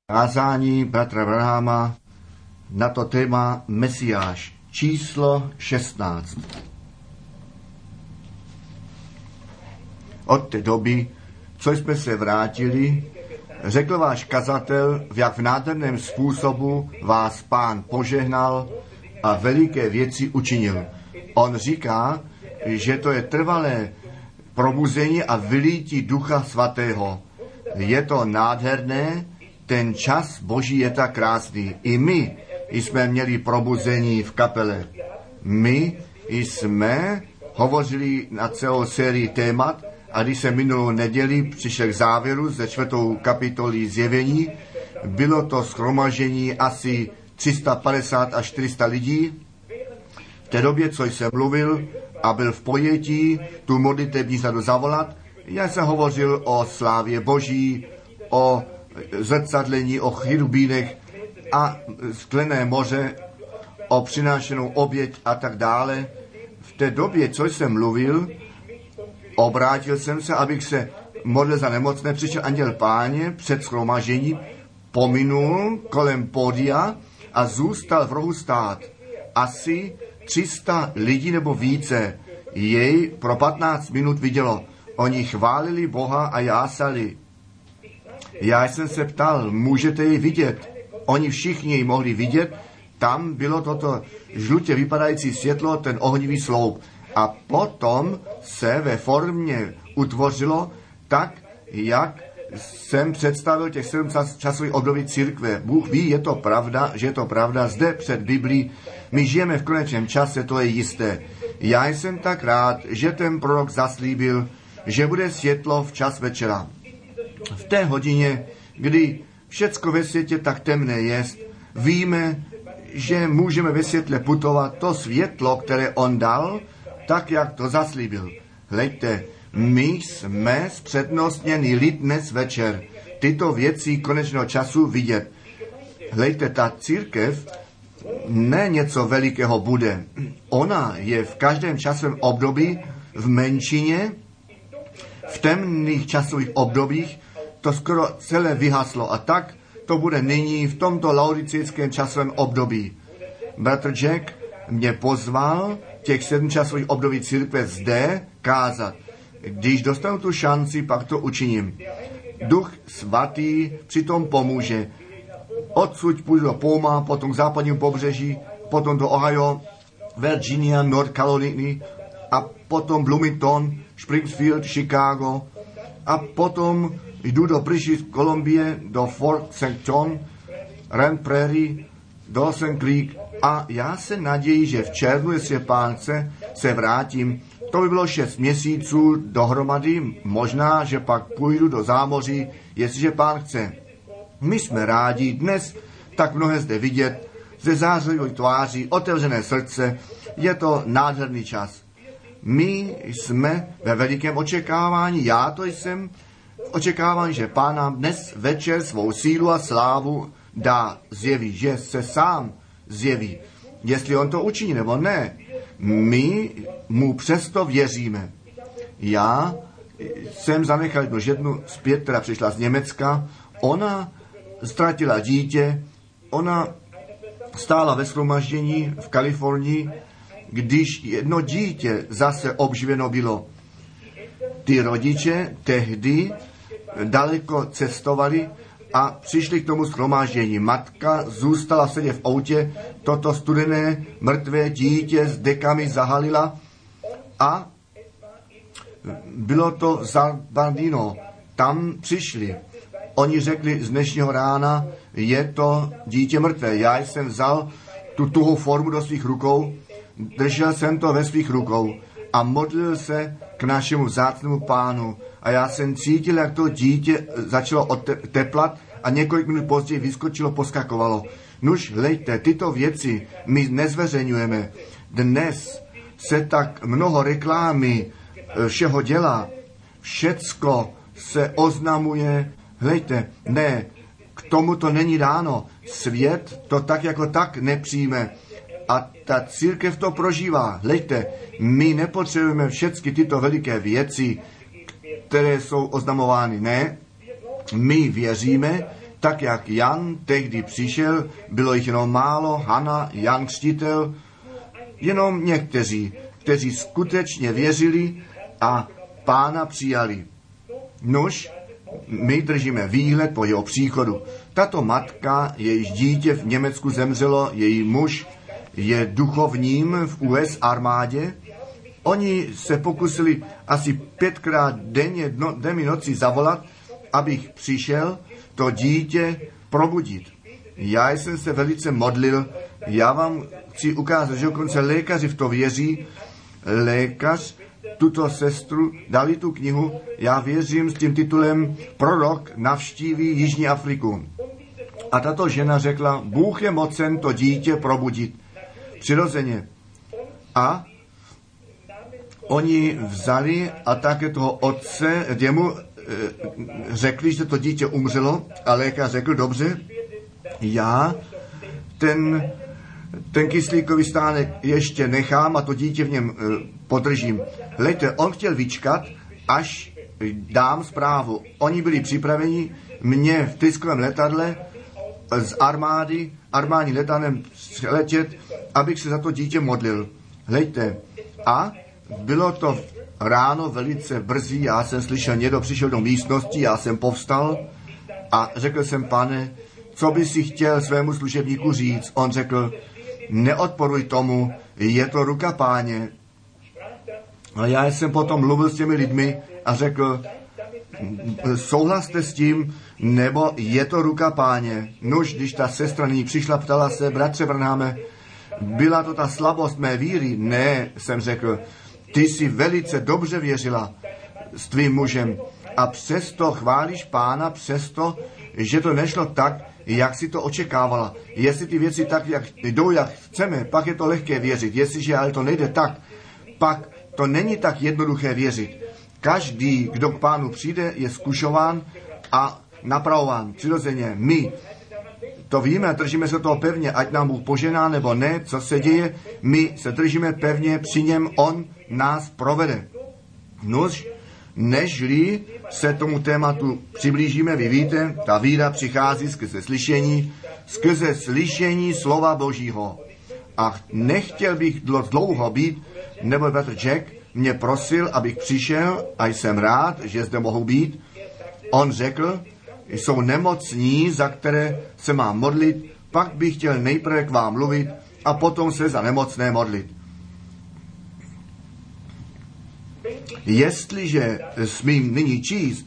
Kázání bratra Branhama na to téma Mesiáš, číslo 16. Od té doby, co jsme se vrátili, řekl váš kazatel, v jak v nádherném způsobu vás Pán požehnal a veliké věci učinil. On říká, že to je trvalé probuzení a vylítí Ducha Svatého. Je to nádherné, ten čas Boží je tak krásný. I my jsme měli probuzení v kapele. My jsme hovořili na celou sérii témat a když se minulou neděli přišel k závěru ze 4. kapitoly Zjevení, bylo to shromaždění asi 350 až 400 lidí. V té době, co jsem mluvil a byl v pojetí tu modlitební řadu zavolat, já jsem hovořil o slávě Boží, o zrcadlení, o chirubínech a sklené moře, o přinášenou oběť a tak dále. V té době, co jsem mluvil, obrátil jsem se, abych se modlil za nemocné, přišel anděl Páně před shromažděním, pominul kolem pódia a zůstal v rohu stát. Asi 300 lidí nebo více jej pro 15 minut vidělo. Oni chválili Boha a jásali. Já jsem se ptal, můžete jej vidět? Oni všichni jej mohli vidět. Tam bylo toto žlutě vypadající světlo, ten ohnivý sloup. A potom se ve formě utvořilo tak, jak jsem představil těch 7 časových období církve. Bůh ví, je to pravda, že je to pravda. Zde před Biblí my žijeme v konečném čase, to je jisté. Já jsem tak rád, že ten prorok zaslíbil, že bude světlo v čas večera. V té hodině, kdy všecko ve světě tak temné jest, víme, že můžeme ve světle putovat to světlo, které on dal, tak, jak to zaslíbil. Hleďte, my jsme zpřednostněný lid dnes večer tyto věci konečného času vidět. Hleďte, ta církev ne něco velikého bude. Ona je v každém časovém období v menšině, v temných časových obdobích to skoro celé vyhaslo a tak to bude nyní v tomto laodicejském časovém období. Bratr Jack mě pozval těch 7 časových období církve zde kázat. Když dostanu tu šanci, pak to učiním. Duch Svatý přitom pomůže. Odsud půjdu do Pouma, potom k západnímu pobřeží, potom do Ohio, Virginia, North Carolina a potom Bloomington, Springfield, Chicago a potom jdu do British Columbia, do Fort St. John, Grand Prairie, Dawson Creek a já se naději, že v červnu, jestli je Pán chce, se vrátím. To by bylo 6 měsíců dohromady, možná, že pak půjdu do zámoří, jestliže Pán chce. My jsme rádi dnes tak mnohé zde vidět, ze zářivých tváří, otevřené srdce, je to nádherný čas. My jsme ve velikém očekávání, já to jsem v očekávání, že Pán nám dnes večer svou sílu a slávu dá, zjeví, že se sám zjeví. Jestli on to učiní nebo ne, my mu přesto věříme. Já jsem zanechal jednu ženu zpět, která přišla z Německa, ona ztratila dítě, ona stála ve shromaždění v Kalifornii, když jedno dítě zase obživeno bylo. Ty rodiče tehdy daleko cestovali a přišli k tomu shromáždění. Matka zůstala sedět v autě, toto studené, mrtvé dítě s dekami zahalila a bylo to v San Bernardino. Tam přišli. Oni řekli z dnešního rána, je to dítě mrtvé. Já jsem vzal tu tuhou formu do svých rukou, držel jsem to ve svých rukou a modlil se k našemu vzácnému Pánu. A já jsem cítil, jak to dítě začalo teplat a několik minut později vyskočilo, poskakovalo. Nuž, hleďte, tyto věci my nezveřejňujeme. Dnes se tak mnoho reklámy všeho dělá. Všecko se oznamuje. Hleďte, ne, k tomu to není dáno. Svět to tak jako tak nepřijme. A ta církev to prožívá. Hleďte, my nepotřebujeme všechny tyto veliké věci, které jsou oznamovány. Ne, my věříme Tak jak Jan tehdy přišel, bylo jich jenom málo, Hana, Jan Křtitel, jenom někteří, kteří skutečně věřili a Pána přijali. Nož, my držíme výhled po jeho příchodu. Tato matka, jejíž dítě v Německu zemřelo, její muž je duchovním v US armádě. Oni se pokusili asi 5krát denně, dny noci zavolat, abych přišel to dítě probudit. Já jsem se velice modlil, já vám chci ukázat, že dokonce lékaři v to věří. Lékař tuto sestru dali tu knihu, já věřím, s tím titulem Prorok navštíví Jižní Afriku. A tato žena řekla, Bůh je mocen to dítě probudit. Přirozeně. A oni vzali a také toho otce, jemu řekli, že to dítě umřelo a lékař řekl, dobře, já ten kyslíkový stánek ještě nechám a to dítě v něm podržím. Lejte, on chtěl vyčkat, až dám zprávu. Oni byli připraveni mě v tiskovém letadle z armádní letadlem letět, abych se za to dítě modlil. Lejte, a bylo to ráno velice brzy, já jsem slyšel, někdo přišel do místnosti, já jsem povstal a řekl jsem, pane, co by si chtěl svému služebníku říct? On řekl, neodporuj tomu, je to ruka Páně. A já jsem potom mluvil s těmi lidmi a řekl, souhlaste s tím, nebo je to ruka Páně. Nuž, když ta sestra nyní přišla, ptala se, bratře Branhame, byla to ta slabost mé víry? Ne, jsem řekl, ty jsi velice dobře věřila s tvým mužem a přesto chválíš Pána, přesto, že to nešlo tak, jak si to očekávala. Jestli ty věci tak, jak jdou, jak chceme, pak je to lehké věřit. Jestliže ale to nejde tak, pak to není tak jednoduché věřit. Každý, kdo k Pánu přijde, je zkušován a napravován. Přirozeně my to víme a držíme se toho pevně, ať nám Bůh požená nebo ne, co se děje, my se držíme pevně, při něm on nás provede. Nož, nežli se tomu tématu přiblížíme, vy víte, ta víra přichází skrze slyšení slova Božího. A nechtěl bych dlouho být, nebo bratr Jack mě prosil, abych přišel a jsem rád, že zde mohu být. On řekl, jsou nemocní, za které se mám modlit, pak bych chtěl nejprve k vám mluvit a potom se za nemocné modlit. Jestliže smím nyní číst,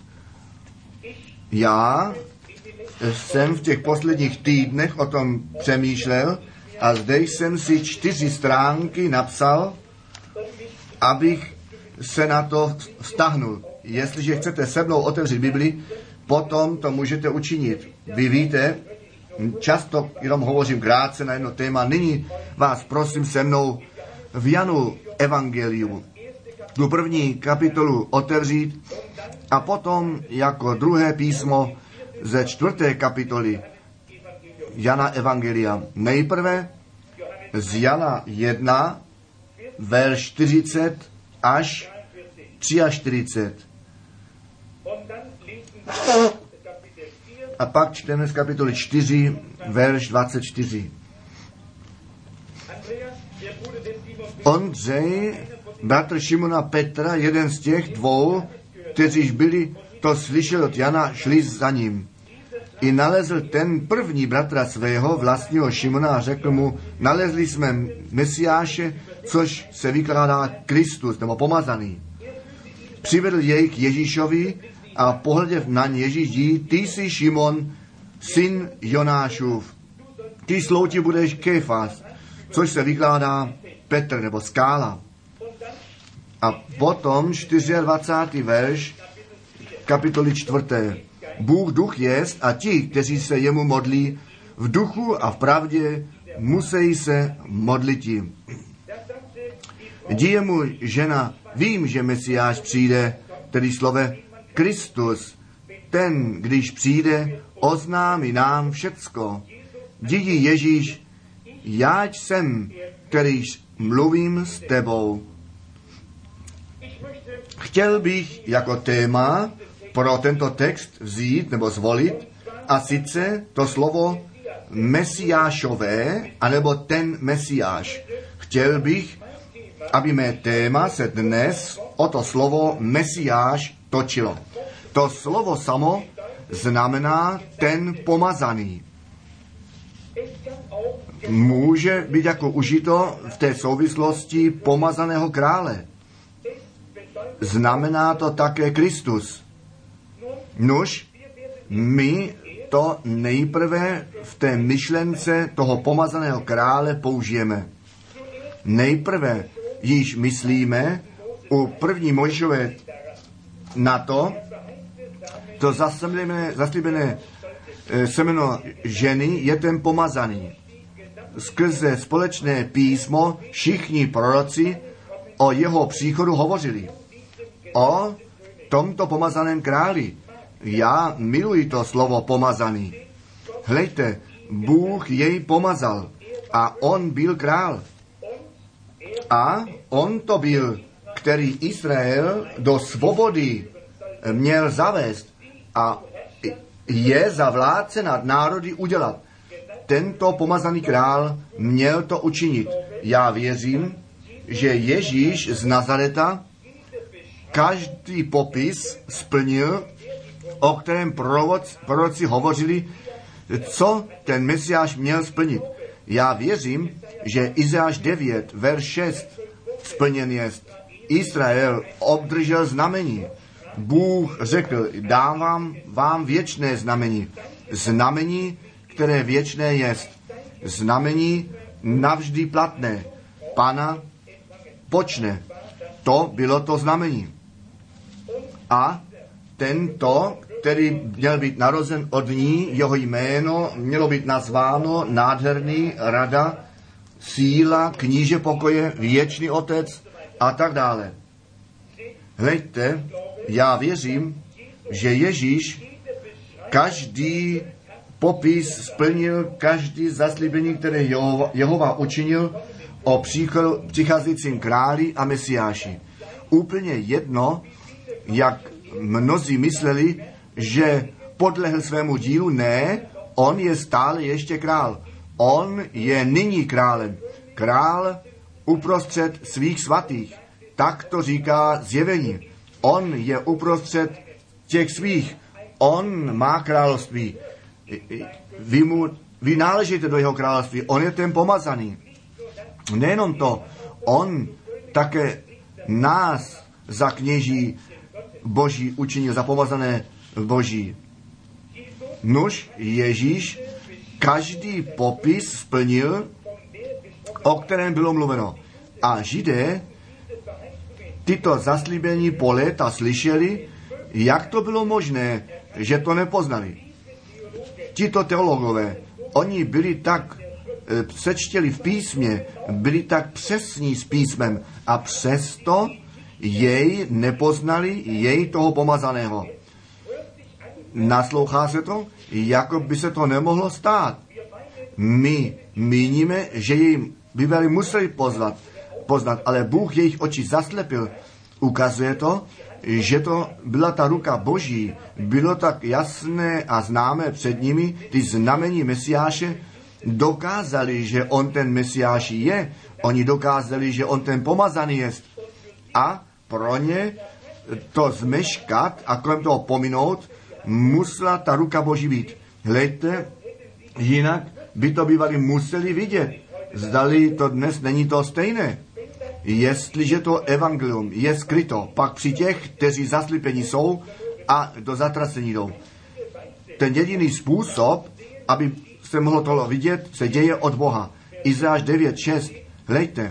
já jsem v těch posledních týdnech o tom přemýšlel a zde jsem si 4 stránky napsal, abych se na to vztahnul. Jestliže chcete se mnou otevřít Bibli, potom to můžete učinit. Vy víte, často jenom hovořím krátce na jedno téma. Nyní vás prosím se mnou v Janu evangeliu tu 1. kapitolu otevřít a potom jako druhé písmo ze 4. kapitoly Jana evangelia. Nejprve z Jana 1, verš 40 až 43. A pak čteme z kapitoly 4, verš 24. Ondřej, bratr Šimona Petra, jeden z těch 2, kteří byli, to slyšel od Jana, šli za ním. I nalezl ten první bratra svého, vlastního Šimona, a řekl mu, nalezli jsme Mesiáše, což se vykládá Kristus, nebo pomazaný. Přivedl jej k Ježíšovi a pohleděv na ně Ježíš dí, ty jsi Šimon, syn Jonášův. Ty slouti budeš Kéfas, což se vykládá Petr, nebo skála. A potom 24. verš kapitoly 4. Bůh duch jest a ti, kteří se jemu modlí, v duchu a v pravdě musí se modliti. Díje mu žena, vím, že Mesiáš přijde, tedy slove Kristus, ten, když přijde, oznámí nám všecko. Díky Ježíš, jáť jsem, kterýž mluvím s tebou. Chtěl bych jako téma pro tento text vzít nebo zvolit A sice to slovo mesiášové, anebo ten mesiáš. Chtěl bych, aby mé téma se dnes o to slovo mesiáš točilo. To slovo samo znamená ten pomazaný. Může být jako užito v té souvislosti pomazaného krále. Znamená to také Kristus. Nuž, my to nejprve v té myšlence toho pomazaného krále použijeme. Nejprve již myslíme u první Mojžíšové na to zaslíbené semeno ženy je ten pomazaný. Skrze společné písmo všichni proroci o jeho příchodu hovořili. O tomto pomazaném králi. Já miluji to slovo pomazaný. Hlejte, Bůh jej pomazal a on byl král. A on to byl, který Izrael do svobody měl zavést a je za vládce nad národy udělat. Tento pomazaný král měl to učinit. Já věřím, že Ježíš z Nazareta každý popis splnil, o kterém proroci hovořili, co ten Mesiáš měl splnit. Já věřím, že Izajáš 9, verš 6 splněn jest. Izrael obdržel znamení. Bůh řekl, dávám vám věčné znamení. Znamení, které věčné jest. Znamení navždy platné. Pana počne. To bylo to znamení. A tento, který měl být narozen od ní, jeho jméno mělo být nazváno nádherný, rada, síla, kníže pokoje, věčný otec a tak dále. Hleďte, já věřím, že Ježíš každý popis splnil, každý zaslíbení, které Jehova učinil o přicházejícím králi a mesiáši. Úplně jedno, jak mnozí mysleli, že podlehl svému dílu, ne, on je stále ještě král. On je nyní králem. Král uprostřed svých svatých. Tak to říká Zjevení. On je uprostřed těch svých. On má království. Vy náležíte do jeho království. On je ten pomazaný. Nejenom to, on také nás za kněží Boží učinil, za pomazané Boží. Nuž Ježíš každý popis splnil, o kterém bylo mluveno. A Židé tyto zaslíbení po léta slyšeli, jak to bylo možné, že to nepoznali. Tito teologové, oni byli tak přečtěli v písmě, byli tak přesní s písmem a přesto jej nepoznali, jej toho pomazaného. Naslouchá se to, jako by se to nemohlo stát. My míníme, že jej by museli poznat, ale Bůh jejich oči zaslepil. Ukazuje to, že to byla ta ruka Boží. Bylo tak jasné a známé před nimi, ty znamení Mesiáše dokázali, že on ten Mesiáš je. Oni dokázali, že on ten pomazaný jest. A pro ně to zmeškat a kolem toho pominout musela ta ruka Boží být. Hlejte, jinak by to bývali museli vidět. Zdali to dnes není to stejné. Jestliže to evangelium je skryto, pak při těch, kteří zaslíbení jsou a do zatracení jdou. Ten jediný způsob, aby se mohlo to vidět, se děje od Boha. Izajáš 9:6. Hlejte,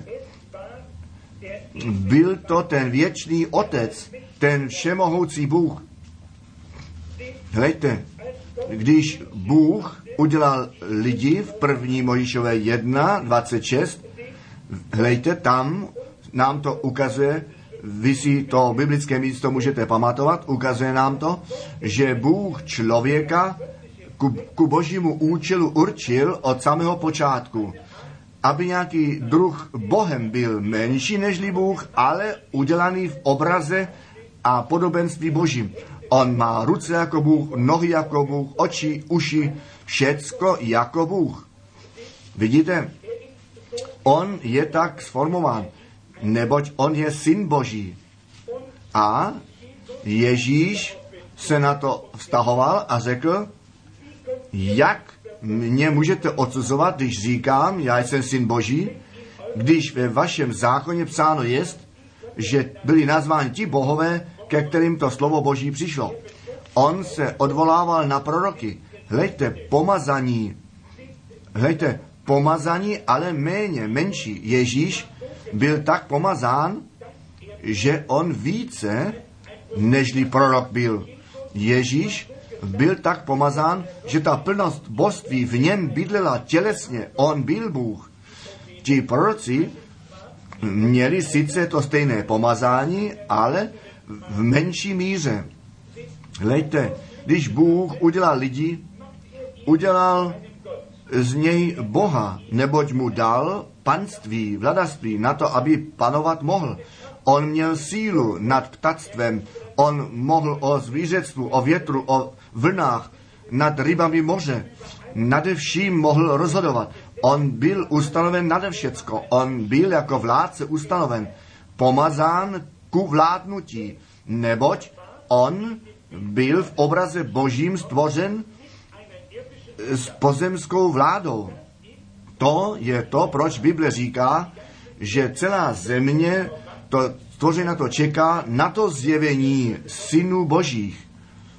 byl to ten věčný otec, ten všemohoucí Bůh. Hlejte, když Bůh udělal lidi v 1. Mojžíšové 1:26, hlejte, tam nám to ukazuje, vy si to biblické místo můžete pamatovat, ukazuje nám to, že Bůh člověka ku božímu účelu určil od samého počátku, aby nějaký druh Bohem byl menší nežli Bůh, ale udělaný v obraze a podobenství Božím. On má ruce jako Bůh, nohy jako Bůh, oči, uši, všecko jako Bůh. Vidíte, on je tak sformován, neboť on je syn Boží. A Ježíš se na to vztahoval a řekl, jak mě můžete odsuzovat, když říkám, já jsem syn Boží, když ve vašem zákoně psáno jest, že byli nazváni ti bohové, ke kterým to slovo Boží přišlo. On se odvolával na proroky. Hleďte, pomazaní, ale menší. Ježíš byl tak pomazán, že on více, nežli prorok byl. Ježíš byl tak pomazán, že ta plnost božství v něm bydlela tělesně. On byl Bůh. Ti proroci měli sice to stejné pomazání, ale v menší míře. Hleďte, když Bůh udělal lidi, udělal z něj Boha, neboť mu dal panství, vladarství na to, aby panovat mohl. On měl sílu nad ptactvem, on mohl o zvířectvu, o větru, o vlnách, nad rybami moře, nade vším mohl rozhodovat. On byl ustanoven nade všecko, on byl jako vládce ustanoven, pomazán ku vládnutí, neboť on byl v obraze Božím stvořen s pozemskou vládou. To je to, proč Bible říká, že celá země to stvořena to čeká na to zjevení synů Božích.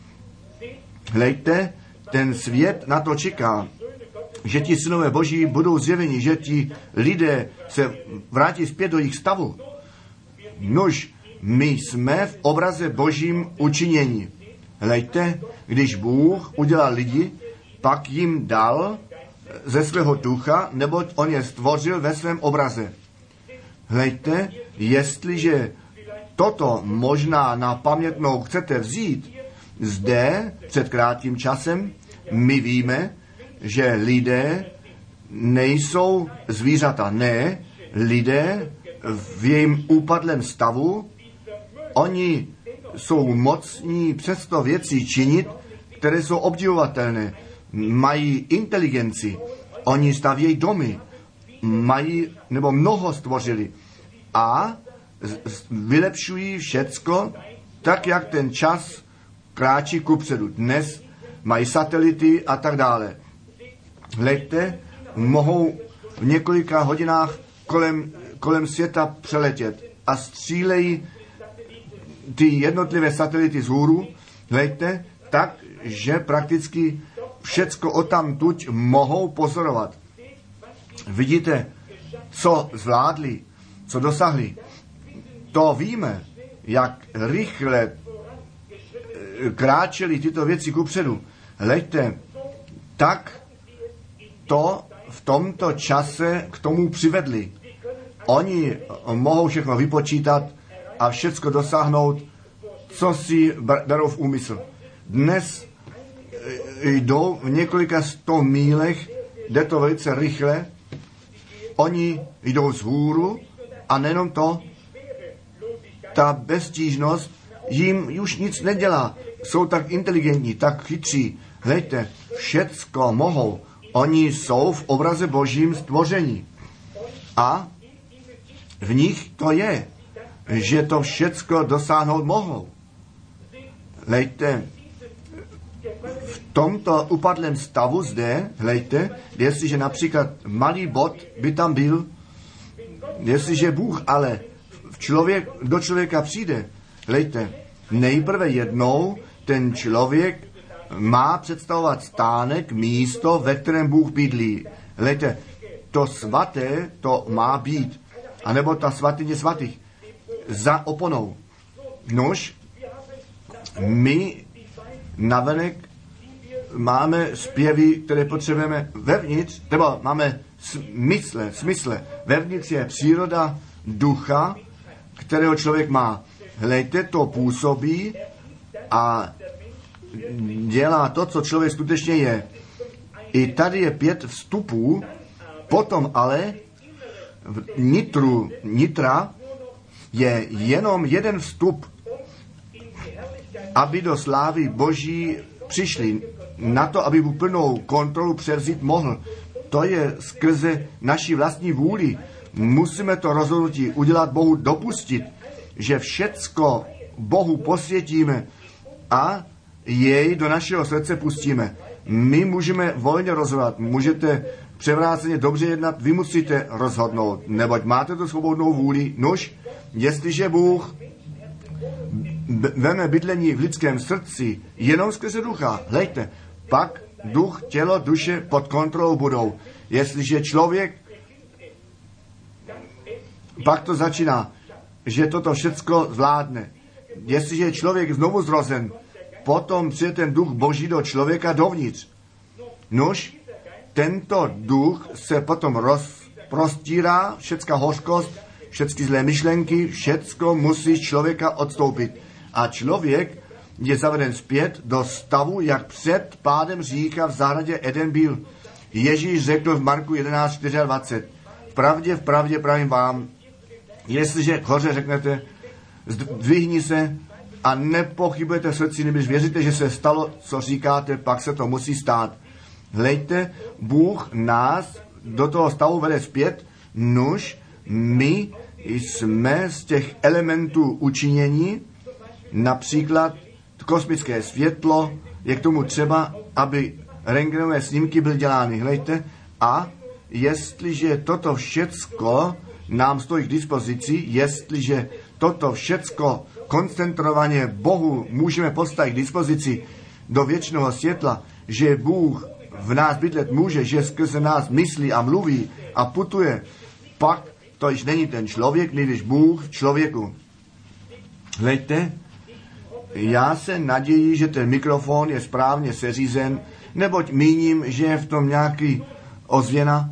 Hleďte, ten svět na to čeká, že ti synové Boží budou zjeveni, že ti lidé se vrátí zpět do jejich stavu. Nož, my jsme v obraze Božím učinění. Hleďte, když Bůh udělal lidi, pak jim dal ze svého ducha, neboť on je stvořil ve svém obraze. Hleďte, jestliže toto možná na pamětnou chcete vzít, zde před krátkým časem my víme, že lidé nejsou zvířata. Ne, lidé v jejím úpadlém stavu, oni jsou mocní přesto věci činit, které jsou obdivovatelné. Mají inteligenci, oni stavějí domy, mají, nebo mnoho stvořili a vylepšují všecko, tak jak ten čas kráčí kupředu. Dnes mají satelity a tak dále. Hleďte, mohou v několika hodinách kolem světa přeletět a střílejí ty jednotlivé satelity z hůru, hleďte, tak, že prakticky všecko odtamtud mohou pozorovat. Vidíte, co zvládli, co dosahli. To víme, jak rychle kráčeli tyto věci kupředu. Hleďte, tak to v tomto čase k tomu přivedli. Oni mohou všechno vypočítat a všecko dosáhnout, co si berou v úmysl. Dnes jdou v několika 100 mílech, jde to velice rychle, oni jdou z hůru a nejenom to, ta beztížnost jim už nic nedělá. Jsou tak inteligentní, tak chytří. Hleďte, všecko mohou. Oni jsou v obraze Božím stvoření. A v nich to je, že to všecko dosáhnout mohou. Hleďte, v tomto upadlém stavu zde, hleďte, jestliže například malý bod by tam byl, jestliže Bůh ale do člověka přijde, hleďte, nejprve jednou ten člověk má představovat stánek, místo, ve kterém Bůh bydlí. Hleďte, to svaté to má být, anebo ta svatyně svatých za oponou. Nož, my navenek máme zpěvy, které potřebujeme vevnitř, nebo máme smysle. Vevnitř je příroda ducha, kterého člověk má. Hleďte, to působí a dělá to, co člověk skutečně je. I tady je 5 vstupů, potom ale v nitra je jenom jeden vstup aby do slávy Boží přišli, na to, aby mu plnou kontrolu převzít mohl. To je skrze naší vlastní vůli. Musíme to rozhodnutí udělat Bohu, dopustit, že všecko Bohu posvětíme a jej do našeho srdce pustíme. My můžeme volně rozhodovat, můžete převráceně dobře jednat, vy musíte rozhodnout, neboť máte tu svobodnou vůli. Nož, jestliže Bůh veme bydlení v lidském srdci jenom skrze ducha, hlejte, pak duch, tělo, duše pod kontrolou budou. Jestliže člověk, pak to začíná, že toto všecko zvládne. Jestliže je člověk znovu zrozen, potom přijde ten duch Boží do člověka dovnitř. Nož, tento duch se potom rozprostírá, všecka hořkost, všechny zlé myšlenky, všecko musí z člověka odstoupit. A člověk je zaveden zpět do stavu, jak před pádem hřícha v zahradě Eden byl. Ježíš řekl v Marku 11:24. V pravdě pravím vám, jestliže hoře řeknete, zdvihni se a nepochybujete v srdci, než věříte, že se stalo, co říkáte, pak se to musí stát. Hlejte, Bůh nás do toho stavu vede zpět, nuž my jsme z těch elementů učinění, například kosmické světlo, je k tomu třeba, aby rentgenové snímky byly dělány, hlejte, a jestliže toto všecko nám stojí k dispozici, jestliže toto všecko koncentrovaně Bohu můžeme postavit k dispozici do věčného světla, že Bůh v nás bydlet může, že skrze nás myslí a mluví a putuje, pak to již není ten člověk, nejvíc Bůh v člověku. Hlejte, já se naději, že ten mikrofon je správně seřízen, neboť míním, že je v tom nějaký ozvěna.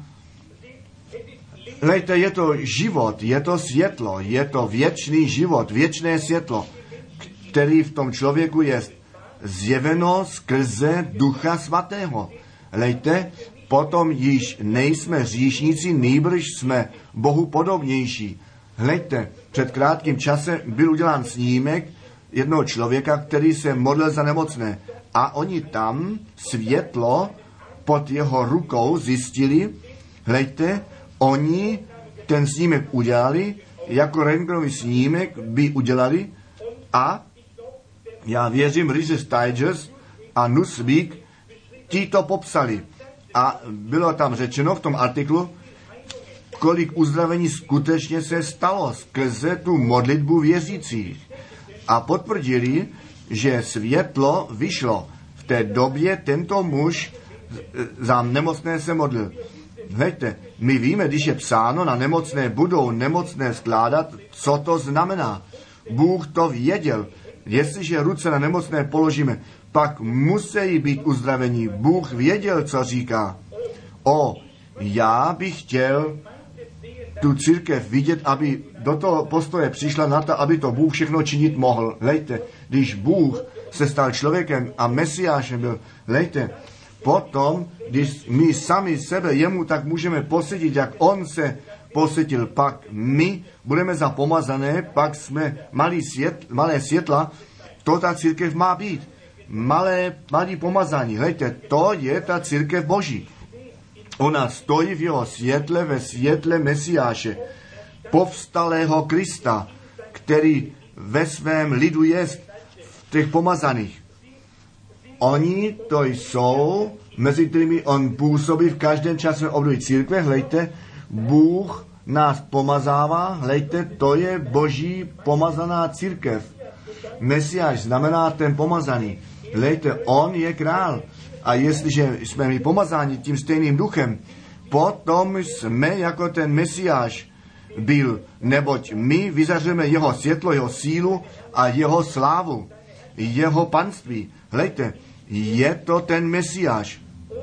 Hlejte, je to život, je to světlo, je to věčný život, věčné světlo, který v tom člověku je zjeveno skrze Ducha Svatého. Hlejte, potom již nejsme hříšníci, nýbrž jsme Bohu podobnější. Hlejte, před krátkým časem byl udělán snímek jednoho člověka, který se modlil za nemocné. A oni tam světlo pod jeho rukou zjistili, hlejte, oni ten snímek udělali, jako rentgenový snímek by udělali a já věřím, Reader's Digest a Newsweek ti to popsali. A bylo tam řečeno v tom artiklu, kolik uzdravení skutečně se stalo skrze tu modlitbu věřících. A potvrdili, že světlo vyšlo. V té době tento muž za nemocné se modlil. Hejte, my víme, když je psáno, na nemocné budou nemocné skládat, co to znamená. Bůh to věděl. Jestliže ruce na nemocné položíme, pak musí být uzdravení. Bůh věděl, co říká. Já bych chtěl tu církev vidět, aby do toho postoje přišla na to, aby to Bůh všechno činit mohl. Lejte, když Bůh se stal člověkem a Mesiášem byl, lejte, potom, když my sami sebe jemu tak můžeme posvětit, jak on se posvětil, pak my budeme za pomazané, pak jsme malé světla, to ta církev má být. Malý pomazání, hejte, to je ta církev Boží. Ona stojí v jeho světle, ve světle Mesiáše, povstalého Krista, který ve svém lidu je v těch pomazaných. Oni to jsou, mezi kterými on působí v každém časovém období církve, hlejte, Bůh nás pomazává, hlejte, to je Boží pomazaná církev. Mesiáš znamená ten pomazaný. Hlejte, on je král. A jestliže jsme my pomazáni tím stejným duchem, potom jsme jako ten Mesiáš byl, neboť my vyzařujeme jeho světlo, jeho sílu a jeho slávu, jeho panství. Hlejte, je to ten Mesiáš.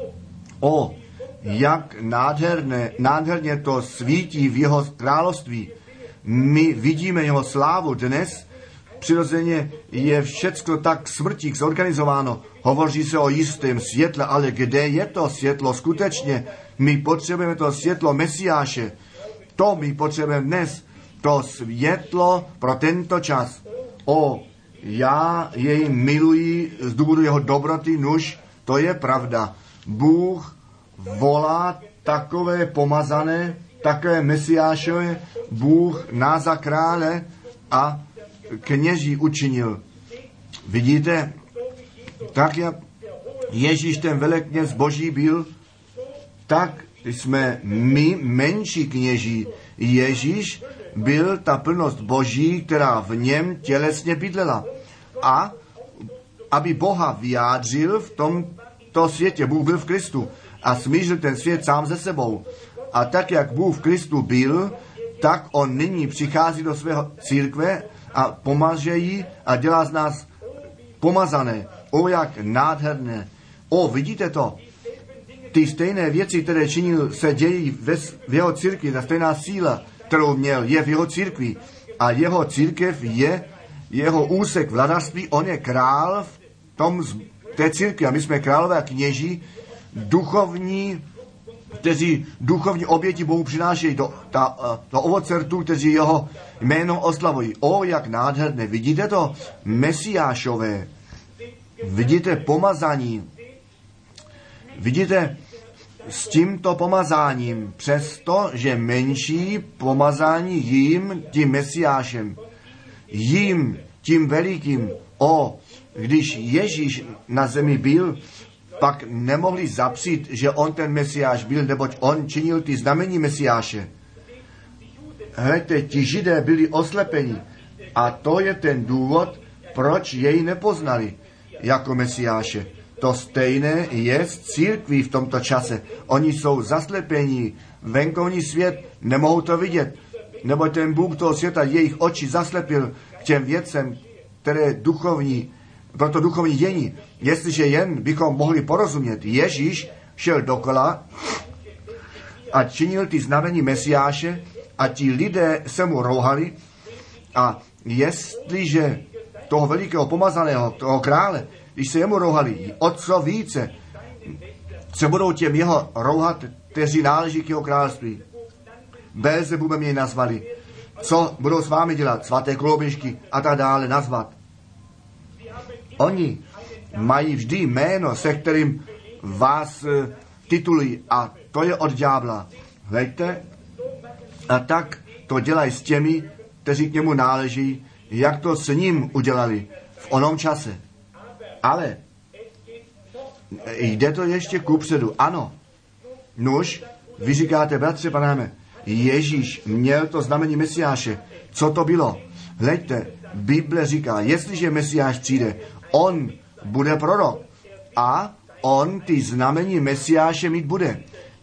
Jak nádherně to svítí v jeho království. My vidíme jeho slávu dnes. Přirozeně je všecko tak smrtík zorganizováno. Hovoří se o jistém světle, ale kde je to světlo skutečně? My potřebujeme to světlo Mesiáše. To my potřebujeme dnes. To světlo pro tento čas. já jej miluji z důvodu jeho dobroty, nuž, to je pravda. Bůh volá takové pomazané, takové mesiášové, Bůh nás za krále a kněží učinil. Vidíte, tak jak Ježíš ten velekněz Boží byl, tak jsme my menší kněží. Ježíš byl ta plnost Boží, která v něm tělesně bydlela. A aby Boha vyjádřil v tomto světě, Bůh byl v Kristu a smířil ten svět sám se sebou. A tak, jak Bůh v Kristu byl, tak on nyní přichází do svého církve a pomaže jí a dělá z nás pomazané. O, jak nádherné. O, vidíte to? Ty stejné věci, které činil, se dějí v jeho církvi. Ta stejná síla, kterou měl, je v jeho církvi. A jeho církev je jeho úsek vladařství. On je král v té církvi. A my jsme králové a kněží, duchovní, kteří duchovní oběti Bohu přinášejí do ovoce rtů, kteří jeho jméno oslavují. O, jak nádherné. Vidíte to? Mesiášové. Vidíte pomazání. Vidíte, s tímto pomazáním, přesto, že menší pomazání jím, tím mesiášem, jím, tím velikým, když Ježíš na zemi byl, pak nemohli zapřít, že on ten mesiáš byl, neboť on činil ty znamení mesiáše. Hleďte, ti Židé byli oslepeni a to je ten důvod, proč jej nepoznali jako mesiáše. To stejné je s církví v tomto čase. Oni jsou zaslepení, venkovní svět, nemohou to vidět, neboť ten Bůh toho světa jejich oči zaslepil k těm věcem, které duchovní, proto duchovní dění. Jestliže jen bychom mohli porozumět, Ježíš šel dokola a činil ty znamení mesiáše a ti lidé se mu rouhali a jestliže toho velikého pomazaného, toho krále, když se jemu rouhali, o co více se budou těm jeho rouhat, kteří náleží k jeho království. Belzebubem jej nazvali. Co budou s vámi dělat? Svaté koloběžky a tak dále nazvat. Oni mají vždy jméno, se kterým vás titulují a to je od ďábla. Hleďte, a tak to dělají s těmi, kteří k němu náleží, jak to s ním udělali v onom čase. Ale jde to ještě kupředu. Ano. Nuž, vy říkáte, bratře, panáme, Ježíš měl to znamení mesiáše. Co to bylo? Hleďte, Bible říká, jestliže mesiáš přijde, on bude prorok a on ty znamení mesiáše mít bude.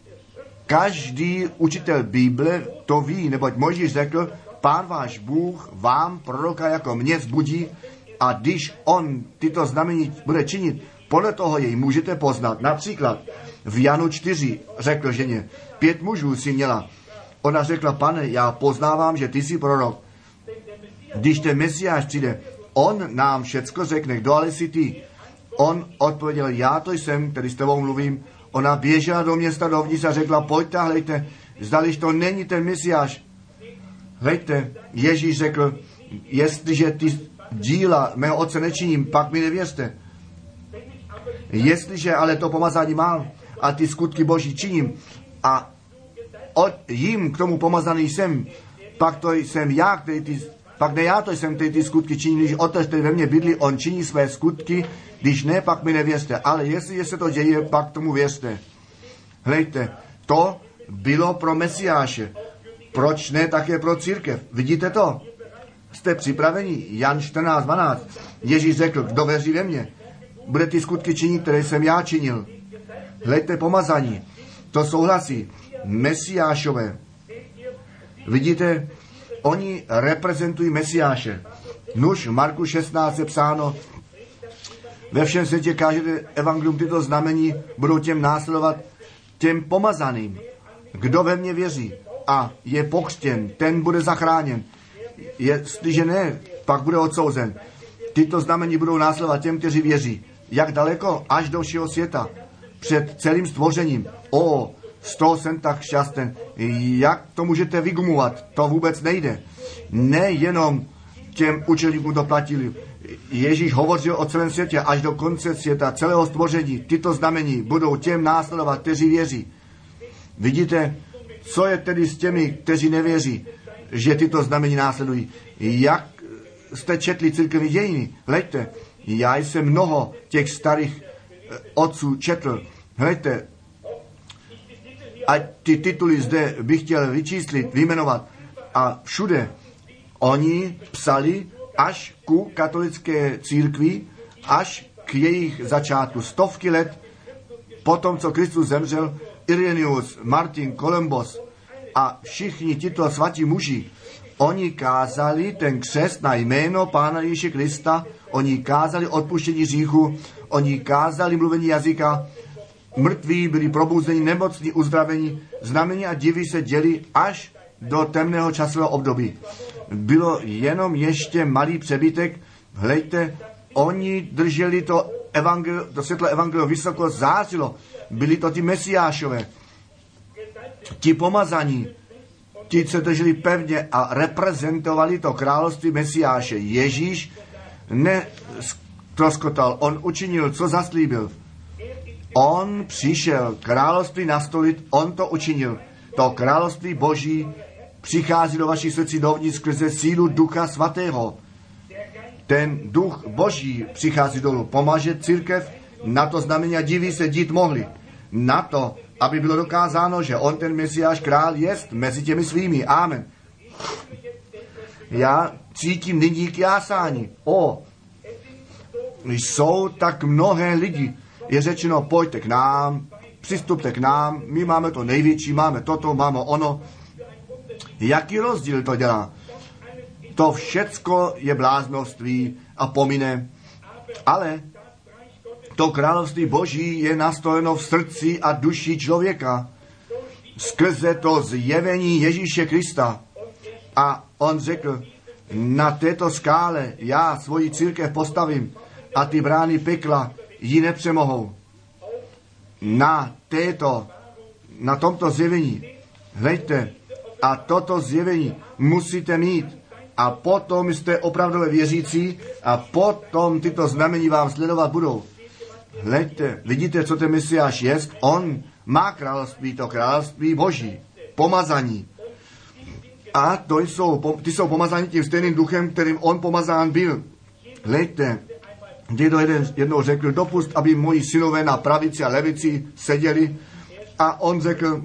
Každý učitel Bible to ví, neboť Mojžíš řekl, Pán váš Bůh vám proroka jako mě vzbudí a když on tyto znamení bude činit, podle toho jej můžete poznat. Například v Janu 4 řekl ženě, 5 mužů si měla. Ona řekla, pane, já poznávám, že ty jsi prorok. Když ten mesiáš přijde, on nám všecko řekne, kdo ale jsi ty. On odpověděl, já to jsem, který s tebou mluvím. Ona běžela do města dovnitř a řekla, pojďte, hlejte, zdališ to není ten mesiáš. Hlejte, Ježíš řekl, jestliže ty díla mého otce nečiním, pak mi nevěřte. Jestliže ale to pomazání mám a ty skutky Boží činím a jim k tomu pomazaný jsem, pak to jsem já, pak ne já to jsem, který ty skutky činí, když otec, který ve mně bydlí, on činí své skutky, když ne, pak mi nevěřte. Ale jestli se to děje, pak tomu věřte. Hlejte, to bylo pro Mesiáše. Proč ne také pro církev? Vidíte to? Jste připraveni? Jan 14:12. Ježíš řekl, kdo věří ve mě, bude ty skutky činit, které jsem já činil. Hleďte pomazaní. To souhlasí. Mesiášové. Vidíte, oni reprezentují Mesiáše. Nuž, v Marku 16 je psáno, ve všem světě kážete evangelium, tyto znamení budou těm následovat, těm pomazaným. Kdo ve mně věří a je pokřtěn, ten bude zachráněn. Jestliže ne, pak bude odsouzen. Tyto znamení budou následovat těm, kteří věří. Jak daleko? Až do všeho světa. Před celým stvořením. Z toho jsem tak šťasten. Jak to můžete vygumovat? To vůbec nejde. Nejenom těm učeníkům to platili. Ježíš hovořil o celém světě až do konce světa, celého stvoření. Tyto znamení budou těm následovat, kteří věří. Vidíte, co je tedy s těmi, kteří nevěří, že tyto znamení následují? Jak jste četli církevní dějiny? Hleďte, já jsem mnoho těch starých otců četl. Hleďte, ať ty tituly zde bych chtěl vyčíslit, vyjmenovat. A všude oni psali až ku katolické církvi, až k jejich začátku. Stovky let potom, co Kristus zemřel, Irenaeus, Martin, Kolumbus a všichni tito svatí muži, oni kázali ten křest na jméno Pána Ježíše Krista, oni kázali odpuštění hříchu, oni kázali mluvení jazyka, mrtví byli probuzeni, nemocní uzdravení, znamení a divy se děli až do temného časového období. Bylo jenom ještě malý přebytek, hleďte, oni drželi to světlo evangelium vysoko zářilo, byli to ty mesiášové, ti pomazaní, ti se drželi pevně a reprezentovali to království mesiáše. Ježíš netroskotal, on učinil, co zaslíbil. On přišel království nastolit, on to učinil. To království Boží přichází do vašich srdcí dovnitř skrze sílu Ducha Svatého. Ten Duch Boží přichází dolů, pomáže církev, na to znamení a diví se dít mohli. Na to, aby bylo dokázáno, že on, ten Mesiáš, král, jest mezi těmi svými. Amen. Já cítím nyní k jásání. Jsou tak mnohé lidi. Je řečeno, pojďte k nám, přistupte k nám, my máme to největší, máme toto, máme ono. Jaký rozdíl to dělá? To všecko je bláznoství a pomine, ale to království Boží je nastoleno v srdci a duši člověka skrze to zjevení Ježíše Krista. A on řekl, na této skále já svoji církev postavím a ty brány pekla ji nepřemohou. Na tomto zjevení, hleďte, a toto zjevení musíte mít. A potom jste opravdové věřící a potom tyto znamení vám sledovat budou. Hleďte, vidíte, co ten Mesiáš jest? On má království, to království Boží, pomazaní. A ty jsou pomazáni tím stejným duchem, kterým on pomazán byl. Hleďte, někdo jednou řekl, dopust, aby moji synové na pravici a levici seděli. A on řekl,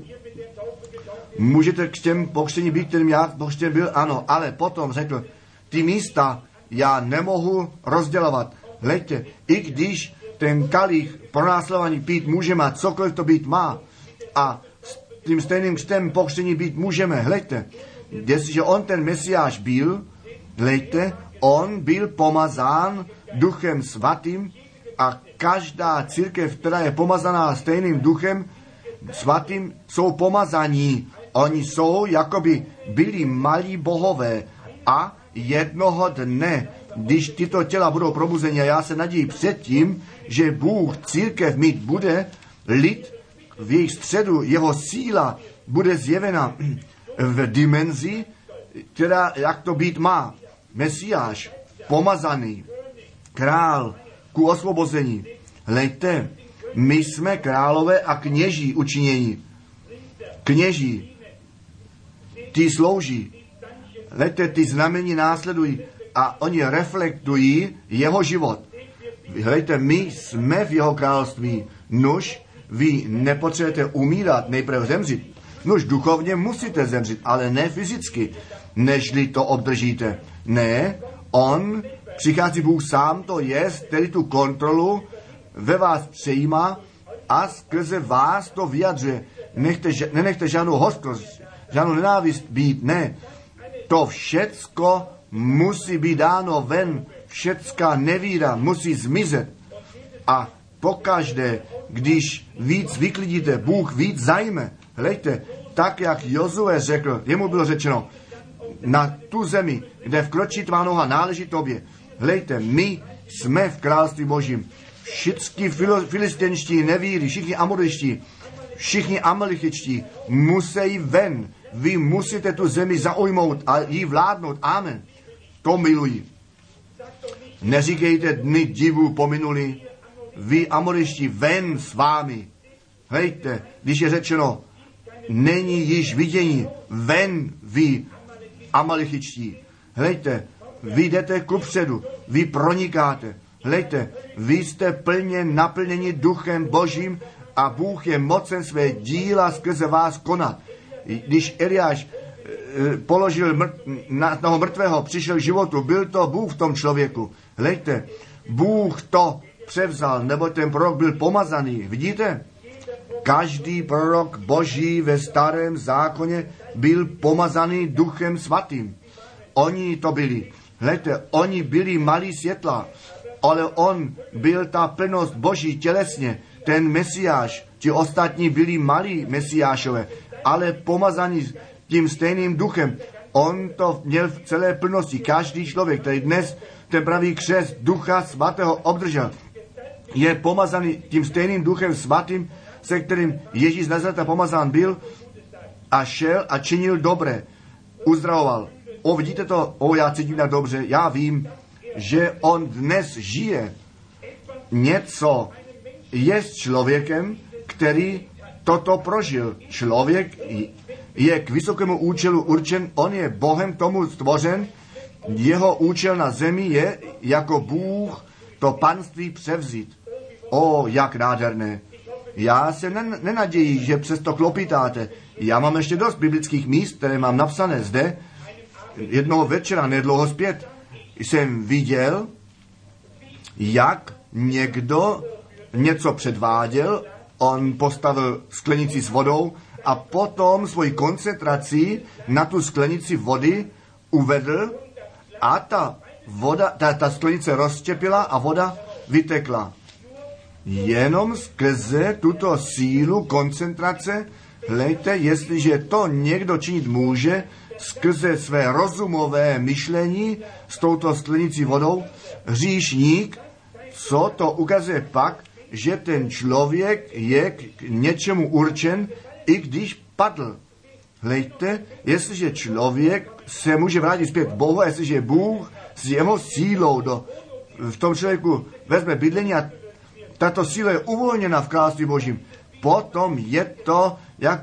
můžete k těm pokřtění být, kterým já pokřtěn byl? Ano, ale potom řekl, ty místa já nemohu rozdělovat. Hleďte, i když ten kalich pronásledovaný pít můžeme, cokoliv to být má, a s tím stejným křtem pokřtění být můžeme. Hleďte, jestliže on ten Mesiáš byl, hleďte, on byl pomazán Duchem Svatým a každá církev, která je pomazaná stejným Duchem Svatým, jsou pomazaní. Oni jsou, jakoby byli malí bohové a jednoho dne, když tyto těla budou probuzeni, a já se naději předtím, že Bůh církev mít bude, lid v jejich středu, jeho síla bude zjevena v dimenzi, která jak to být má. Mesiáš, pomazaný, král ku osvobození. Hleďte, my jsme králové a kněží učinění. Kněží, ty slouží. Hleďte, ty znamení následují a oni reflektují jeho život. Hleďte, my jsme v jeho království. Nuž, vy nepotřebujete umírat, nejprve zemřít. Nuž, duchovně musíte zemřít, ale ne fyzicky, nežli to obdržíte. Ne, on přichází Bůh sám, to jest, který tu kontrolu ve vás přejímá a skrze vás to vyjadřuje. Nenechte žádnou hořkost, žádnou nenávist být, ne. To všecko musí být dáno ven, všecká nevíra musí zmizet. A pokaždé, když víc vyklidíte, Bůh víc zajme. Hleďte, tak jak Jozue řekl, jemu bylo řečeno, na tu zemi, kde vkročí tvá noha, náleží tobě. Hleďte, my jsme v království Božím. Všichni filistinští nevíry, všichni amoriští, všichni amalekičtí musí ven. Vy musíte tu zemi zaujmout a jí vládnout. Amen. To miluji. Neříkejte, dny divů pominuli, vy amoriští ven s vámi. Hejte, když je řečeno, není již vidění, ven vy amalechičtí. Hlejte, vy jdete kupředu, vy pronikáte. Hlejte, vy jste plně naplněni duchem Božím a Bůh je mocen své díla skrze vás konat. Když Eliáš položil na toho mrtvého, přišel k životu, byl to Bůh v tom člověku. Hlejte, Bůh to převzal, nebo ten prorok byl pomazaný. Vidíte? Každý prorok Boží ve starém zákoně byl pomazaný Duchem Svatým. Oni to byli. Hlejte, oni byli malí světla, ale on byl ta plnost Boží tělesně, ten Mesiáš. Ti ostatní byli malí Mesiášové, ale pomazaní tím stejným duchem. On to měl v celé plnosti. Každý člověk, který dnes ten pravý křest Ducha Svatého obdržel, je pomazaný tím stejným Duchem Svatým, se kterým Ježíš z Nazareta pomazán byl a šel a činil dobré. Uzdravoval. Vidíte to? Já cítím tak dobře. Já vím, že on dnes žije. Něco je s člověkem, který toto prožil. Člověk je k vysokému účelu určen, on je Bohem tomu stvořen, jeho účel na zemi je jako Bůh to panství převzít. Jak nádherné. Já se nenaději, že přesto klopítáte. Já mám ještě dost biblických míst, které mám napsané zde. Jednoho večera, nedlouho zpět, jsem viděl, jak někdo něco předváděl, on postavil sklenici s vodou a potom svoji koncentraci na tu sklenici vody uvedl a ta sklenice rozštěpila a voda vytekla. Jenom skrze tuto sílu koncentrace, hlejte, jestliže to někdo činit může, skrze své rozumové myšlení s touto sklenicí vodou, hříšník, co to ukazuje pak, že ten člověk je k něčemu určen, i když padl. Hlejte, jestliže člověk se může vrátit zpět k Bohu, jestliže Bůh s jeho sílou v tom člověku vezme bydlení a tato síla je uvolněna v království Božím, potom je to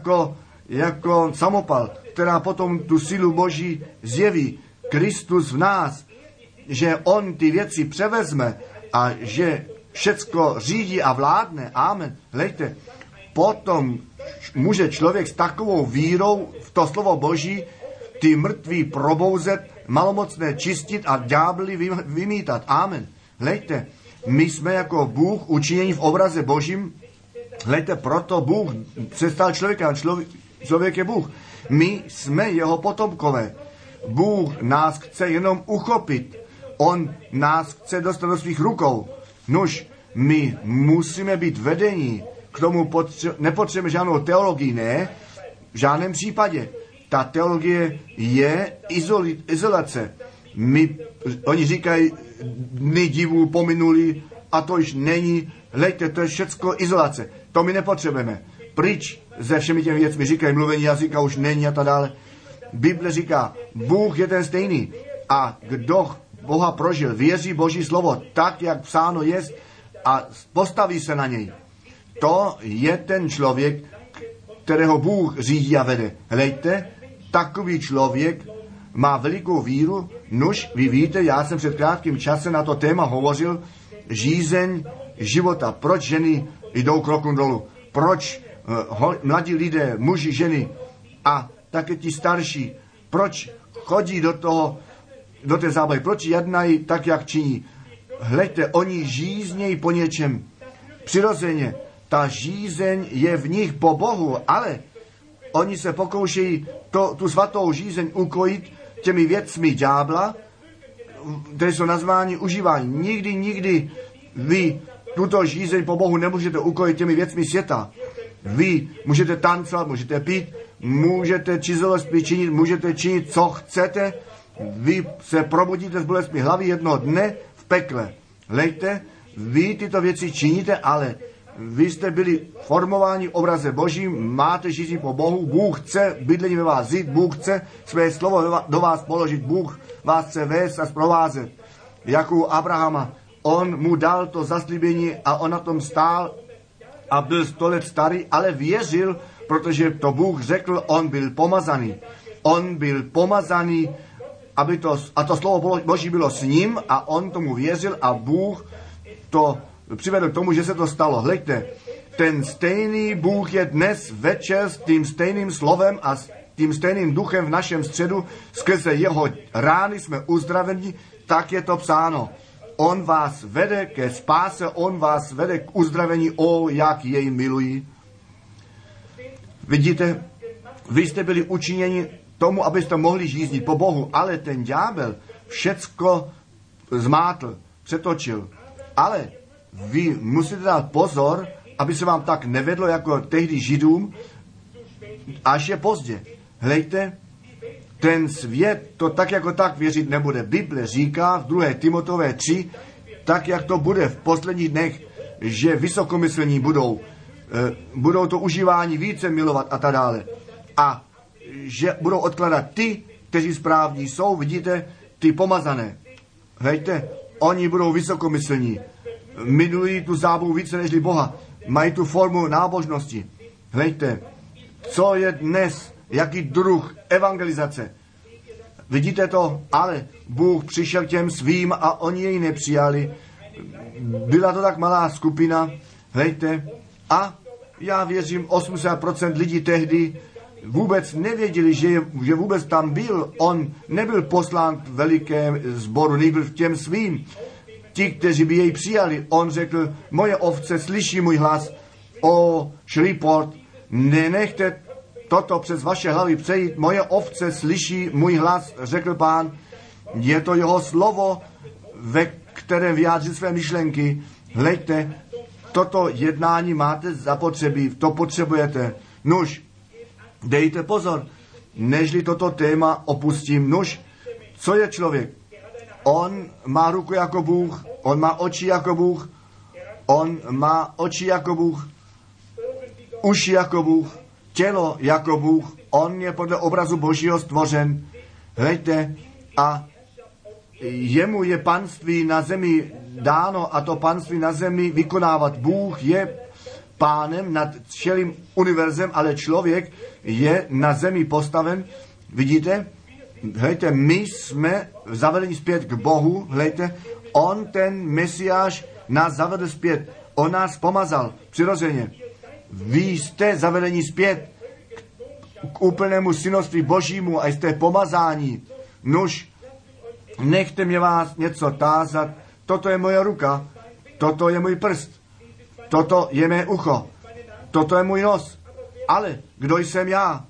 jako samopal, která potom tu sílu Boží zjeví. Kristus v nás, že on ty věci převezme a že všecko řídí a vládne. Amen. Hlejte, potom může člověk s takovou vírou v to slovo Boží ty mrtví probouzet, malomocné čistit a ďábly vymítat. Amen. Hlejte, my jsme jako Bůh učiněni v obraze Božím. Hlejte, proto Bůh se stal člověkem. Člověk je Bůh. My jsme jeho potomkové. Bůh nás chce jenom uchopit. On nás chce dostat do svých rukou. Nuž, my musíme být vedení. K tomu nepotřebujeme žádnou teologii, ne? V žádném případě. Ta teologie je izolace. Oni říkají, dny divů pominuli a to již není. Hlejte, to je všecko izolace. To my nepotřebujeme. Pryč se všemi těmi věcmi říkají, mluvení jazyka už není a tak dále. Bible říká, Bůh je ten stejný. A kdo Boha prožil, věří Boží slovo tak, jak psáno je a postaví se na něj. To je ten člověk, kterého Bůh řídí a vede. Hlejte, takový člověk má velikou víru. Nuž, vy víte, já jsem před krátkým časem na to téma hovořil, žízeň života. Proč ženy jdou krokům dolů? Proč mladí lidé, muži, ženy a také ti starší, proč chodí do té zábavy? Proč jednají tak, jak činí? Hleďte, oni žíznějí po něčem. Přirozeně, ta žízeň je v nich po Bohu, ale oni se pokoušejí tu svatou žízeň ukojit těmi věcmi ďábla, které jsou nazvány užívání. Nikdy vy tuto žízeň po Bohu nemůžete ukojit těmi věcmi světa. Vy můžete tancovat, můžete pít, můžete čizoloství činit, můžete činit, co chcete. Vy se probudíte z bolestmi hlavy jednoho dne v pekle. Hlejte, vy tyto věci činíte, ale vy jste byli formováni v obraze Božím, máte žízeň po Bohu, Bůh chce bydlení ve vás žít, Bůh chce své slovo do vás položit, Bůh vás chce vést a zprovázet. jako u Abrahama. On mu dal to zaslíbení a on na tom stál a byl 100 let starý, ale věřil, protože to Bůh řekl, on byl pomazaný. On byl pomazaný, a to slovo Boží bylo s ním a on tomu věřil a Bůh to přivedl k tomu, že se to stalo. Hleďte, ten stejný Bůh je dnes večer s tím stejným slovem a s tím stejným duchem v našem středu. Skrze jeho rány jsme uzdraveni, tak je to psáno. On vás vede ke spáse, on vás vede k uzdravení, jak jej milují. Vidíte, vy jste byli učiněni tomu, abyste mohli žíznit po Bohu, ale ten ďábel všecko zmátl, přetočil. Ale vy musíte dát pozor, aby se vám tak nevedlo jako tehdy Židům, až je pozdě. Hlejte, ten svět to tak jako tak věřit nebude. Bible říká v 2. Timotové 3, tak jak to bude v posledních dnech, že vysokomyslní budou to užívání více milovat a tak dále. A že budou odkladat ty, kteří správní jsou, vidíte, ty pomazané. Hejte, oni budou vysokomyslní. Milují tu zábavu více než Boha. Mají tu formu nábožnosti. Hejte, co je dnes, jaký druh evangelizace. Vidíte to? Ale Bůh přišel k těm svým a oni jej nepřijali. Byla to tak malá skupina. Hejte, a já věřím, 80% lidí tehdy vůbec nevěděli, že vůbec tam byl. On nebyl poslán k velikém sboru, nebyl v těm svým. Ti, kteří by jej přijali, on řekl, moje ovce slyší můj hlas. Shreveport, nenechte toto přes vaše hlavy přejít. Moje ovce slyší můj hlas, řekl Pán. Je to jeho slovo, ve kterém vyjádří své myšlenky. Hleďte, toto jednání máte zapotřebí, to potřebujete. Nuž, dejte pozor, nežli toto téma opustím. Nuž, co je člověk? On má ruku jako Bůh, on má oči jako Bůh, on má oči jako Bůh, uši jako Bůh, tělo jako Bůh, on je podle obrazu Božího stvořen. Hleďte, a jemu je panství na zemi dáno a to panství na zemi vykonávat. Bůh je pánem nad celým univerzem, ale člověk je na zemi postaven. Vidíte? Hejte, my jsme zavedeni zpět k Bohu. Hejte, on, ten Mesiáš, nás zavedl zpět. On nás pomazal, přirozeně. Vy jste zavedeni zpět k úplnému synoství Božímu a jste pomazání. Nuž, nechte mě vás něco tázat. Toto je moje ruka, toto je můj prst, toto je mé ucho, toto je můj nos. Ale kdo jsem já?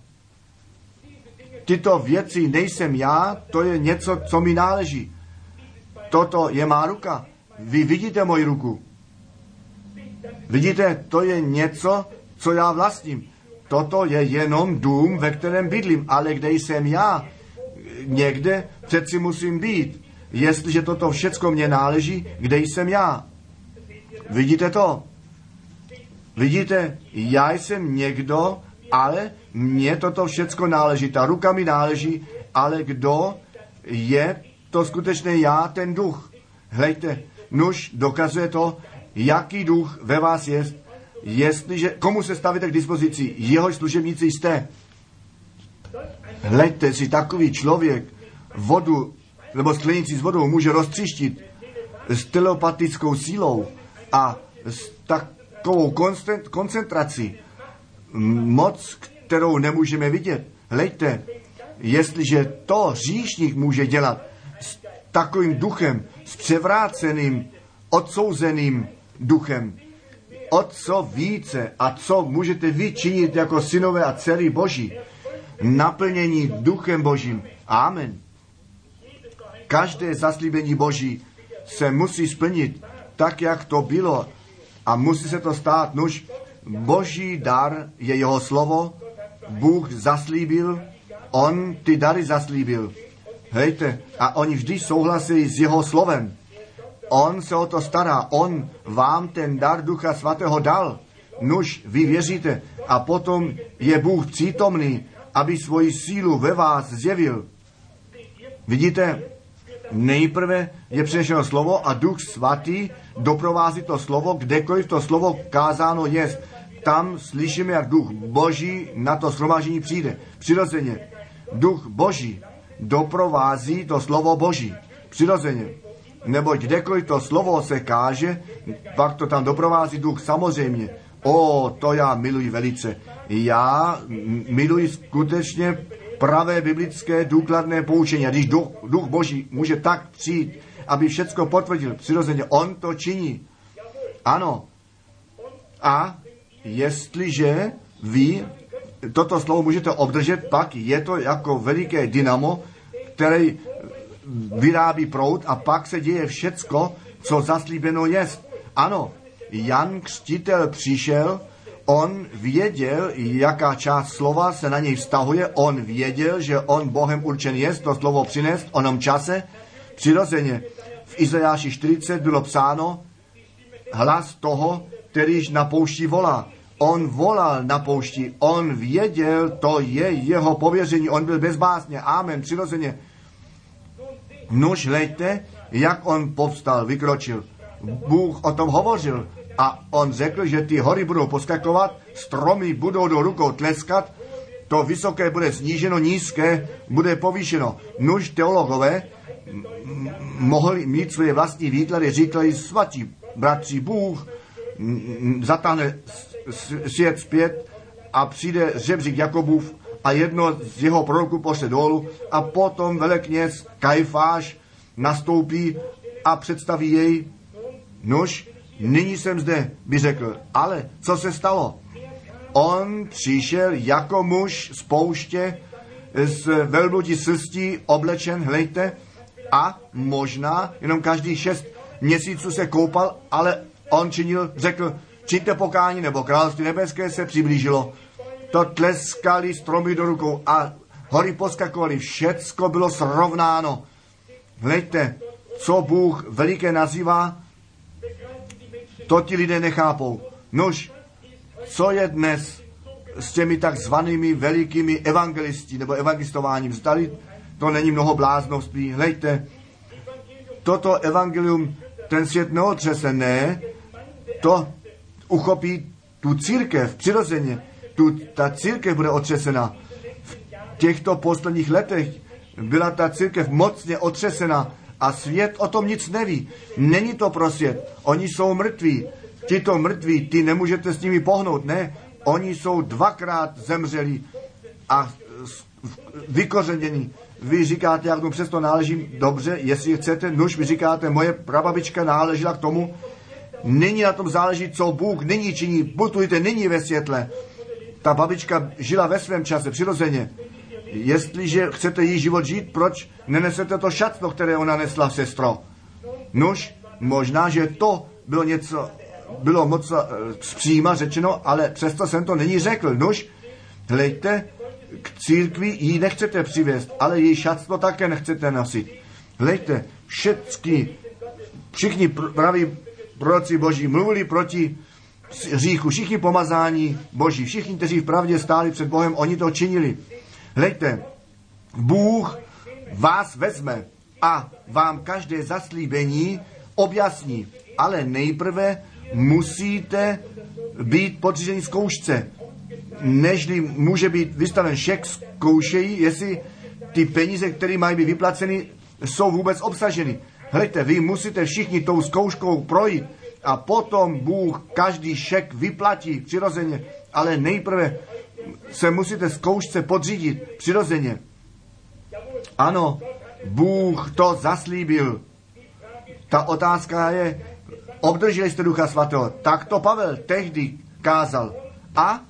Tyto věci nejsem já, to je něco, co mi náleží. Toto je má ruka. Vy vidíte moji ruku. Vidíte, to je něco, co já vlastním. Toto je jenom dům, ve kterém bydlím, ale kde jsem já? Někde přeci musím být. Jestliže toto všecko mně náleží, kde jsem já? Vidíte to? Vidíte, já jsem někdo, ale mně toto všecko náleží. Ta ruka mi náleží, ale kdo je to skutečně já, ten duch? Hleďte, nuž dokazuje to, jaký duch ve vás je, jestliže, komu se stavíte k dispozici, jeho služebníci jste. Hleďte si, takový člověk vodu, nebo sklenici s vodou může roztříštit s telepatickou sílou a s takovou koncentrací, moc, kterou nemůžeme vidět. Hleďte, jestliže to hříšník může dělat s takovým duchem, s převráceným, odsouzeným duchem, o co více a co můžete vy činit jako synové a dcery Boží, naplnění duchem Božím. Amen. Každé zaslíbení Boží se musí splnit tak, jak to bylo a musí se to stát. Nuž, Boží dar je jeho slovo, Bůh zaslíbil, on ty dary zaslíbil. Hejte, a oni vždy souhlasí s jeho slovem. On se o to stará, on vám ten dar Ducha Svatého dal. Nuž, vy věříte a potom je Bůh přítomný, aby svoji sílu ve vás zjevil. Vidíte, Nejprve je přinešeno slovo a Duch Svatý doprovází to slovo, kdekoliv to slovo kázáno jest. Tam slyšíme, jak Duch Boží na to shromáždění přijde. Přirozeně. Duch Boží doprovází to slovo Boží. Přirozeně. Neboť kdekoliv to slovo se káže, pak to tam doprovází Duch samozřejmě. To já miluji velice. Já miluji skutečně pravé biblické důkladné poučení. A když Duch Boží může tak přijít, aby všecko potvrdil, přirozeně on to činí. Ano. A jestliže vy toto slovo můžete obdržet, pak je to jako veliké dynamo, který vyrábí proud a pak se děje všecko, co zaslíbeno jest. Ano, Jan Křtitel přišel, on věděl, jaká část slova se na něj vztahuje, on věděl, že on Bohem určen jest, to slovo přinést v onom čase. Přirozeně v Izajáši 40 bylo psáno hlas toho, kterýž na poušti volá. On volal na poušti, on věděl, to je jeho pověření, on byl bezbázně, amen, přirozeně. Nuž, hleďte, jak on povstal, vykročil. Bůh o tom hovořil a on řekl, že ty hory budou poskakovat, stromy budou do rukou tleskat, to vysoké bude sníženo, nízké bude povýšeno. Nuž, teologové mohli mít svoje vlastní výklady, říkali svatí bratři, Bůh zatáhne svět zpět a přijde žebřík Jakobův a jedno z jeho proroků pošle dolů a potom velekněz Kajfáš nastoupí a představí jej. Nož, nyní jsem zde, by řekl, ale co se stalo? On přišel jako muž z pouště, z velbludí srstí oblečen, hleďte, a možná jenom každý 6 měsíců se koupal, ale on řekl, čiňte pokání, nebo království nebeské se přiblížilo. To tleskali stromy do rukou a hory poskakovaly, všecko bylo srovnáno. Hleďte, co Bůh veliké nazývá, to ti lidé nechápou. Nož, co je dnes s těmi takzvanými velikými evangelisti nebo evangelistováním? Zdali to není mnoho bláznovství. Hleďte, toto evangelium ten svět neotřese, ne, to uchopí tu církev přirozeně. Ta církev bude otřesena. V těchto posledních letech byla ta církev mocně otřesena a svět o tom nic neví. Není to pro svět. Oni jsou mrtví. Tito mrtví, ty nemůžete s nimi pohnout, ne. Oni jsou 2krát zemřeli a vykořenění. Vy říkáte, jak mu přesto náležím, dobře, jestli chcete, nuž vy říkáte, moje prababička náležela k tomu. Nyní na tom záleží, co Bůh nyní činí. Putujte nyní ve světle. Ta babička žila ve svém čase, přirozeně. Jestliže chcete jí život žít, proč nenesete to šatno, které ona nesla, sestro? Nuž, možná, že to bylo moc zpříma řečeno, ale přesto jsem to není řekl. Nuž, hleďte, k církvi jí nechcete přivést, ale její šatno také nechcete nosit. Hleďte, všichni praví proroci Boží mluvili proti hříchu, všichni pomazání Boží, všichni, kteří v pravdě stáli před Bohem, oni to činili. Hleďte, Bůh vás vezme a vám každé zaslíbení objasní, ale nejprve musíte být podřízení zkoušce, nežli může být vystaven šek, zkoušejí, jestli ty peníze, které mají být vyplaceny, jsou vůbec obsaženy. Hleďte, vy musíte všichni tou zkouškou projít a potom Bůh každý šek vyplatí přirozeně, ale nejprve se musíte zkoušce podřídit přirozeně. Ano, Bůh to zaslíbil. Ta otázka je, obdrželi jste Ducha Svatého? Tak to Pavel tehdy kázal. A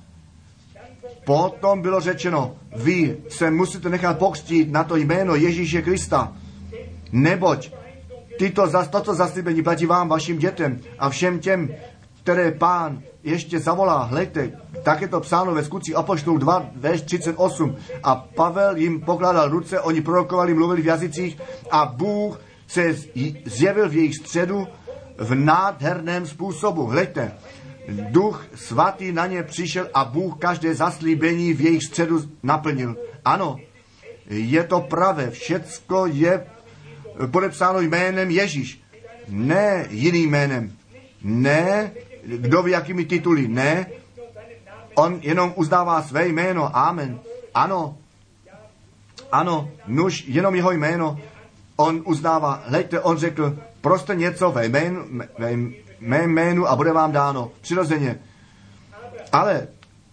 potom bylo řečeno, vy se musíte nechat pokřtít na to jméno Ježíše Krista. Neboť toto zaslíbení platí vám, vašim dětem a všem těm, které Pán ještě zavolá. Hleďte, tak je to psáno ve Skutcích apoštolů 2, verš 38. A Pavel jim pokládal ruce, oni prorokovali, mluvili v jazycích a Bůh se zjevil v jejich středu v nádherném způsobu. Hleďte, Duch Svatý na ně přišel a Bůh každé zaslíbení v jejich středu naplnil. Ano, je to pravé, všecko je podepsáno jménem Ježíš. Ne jiným jménem. Ne, kdo ví, jakými tituly. Ne, on jenom uznává své jméno. Amen. Ano. Ano, nuž jenom jeho jméno on uznává. Hleďte, on řekl, proste něco ve mém jménu a bude vám dáno. Přirozeně. Ale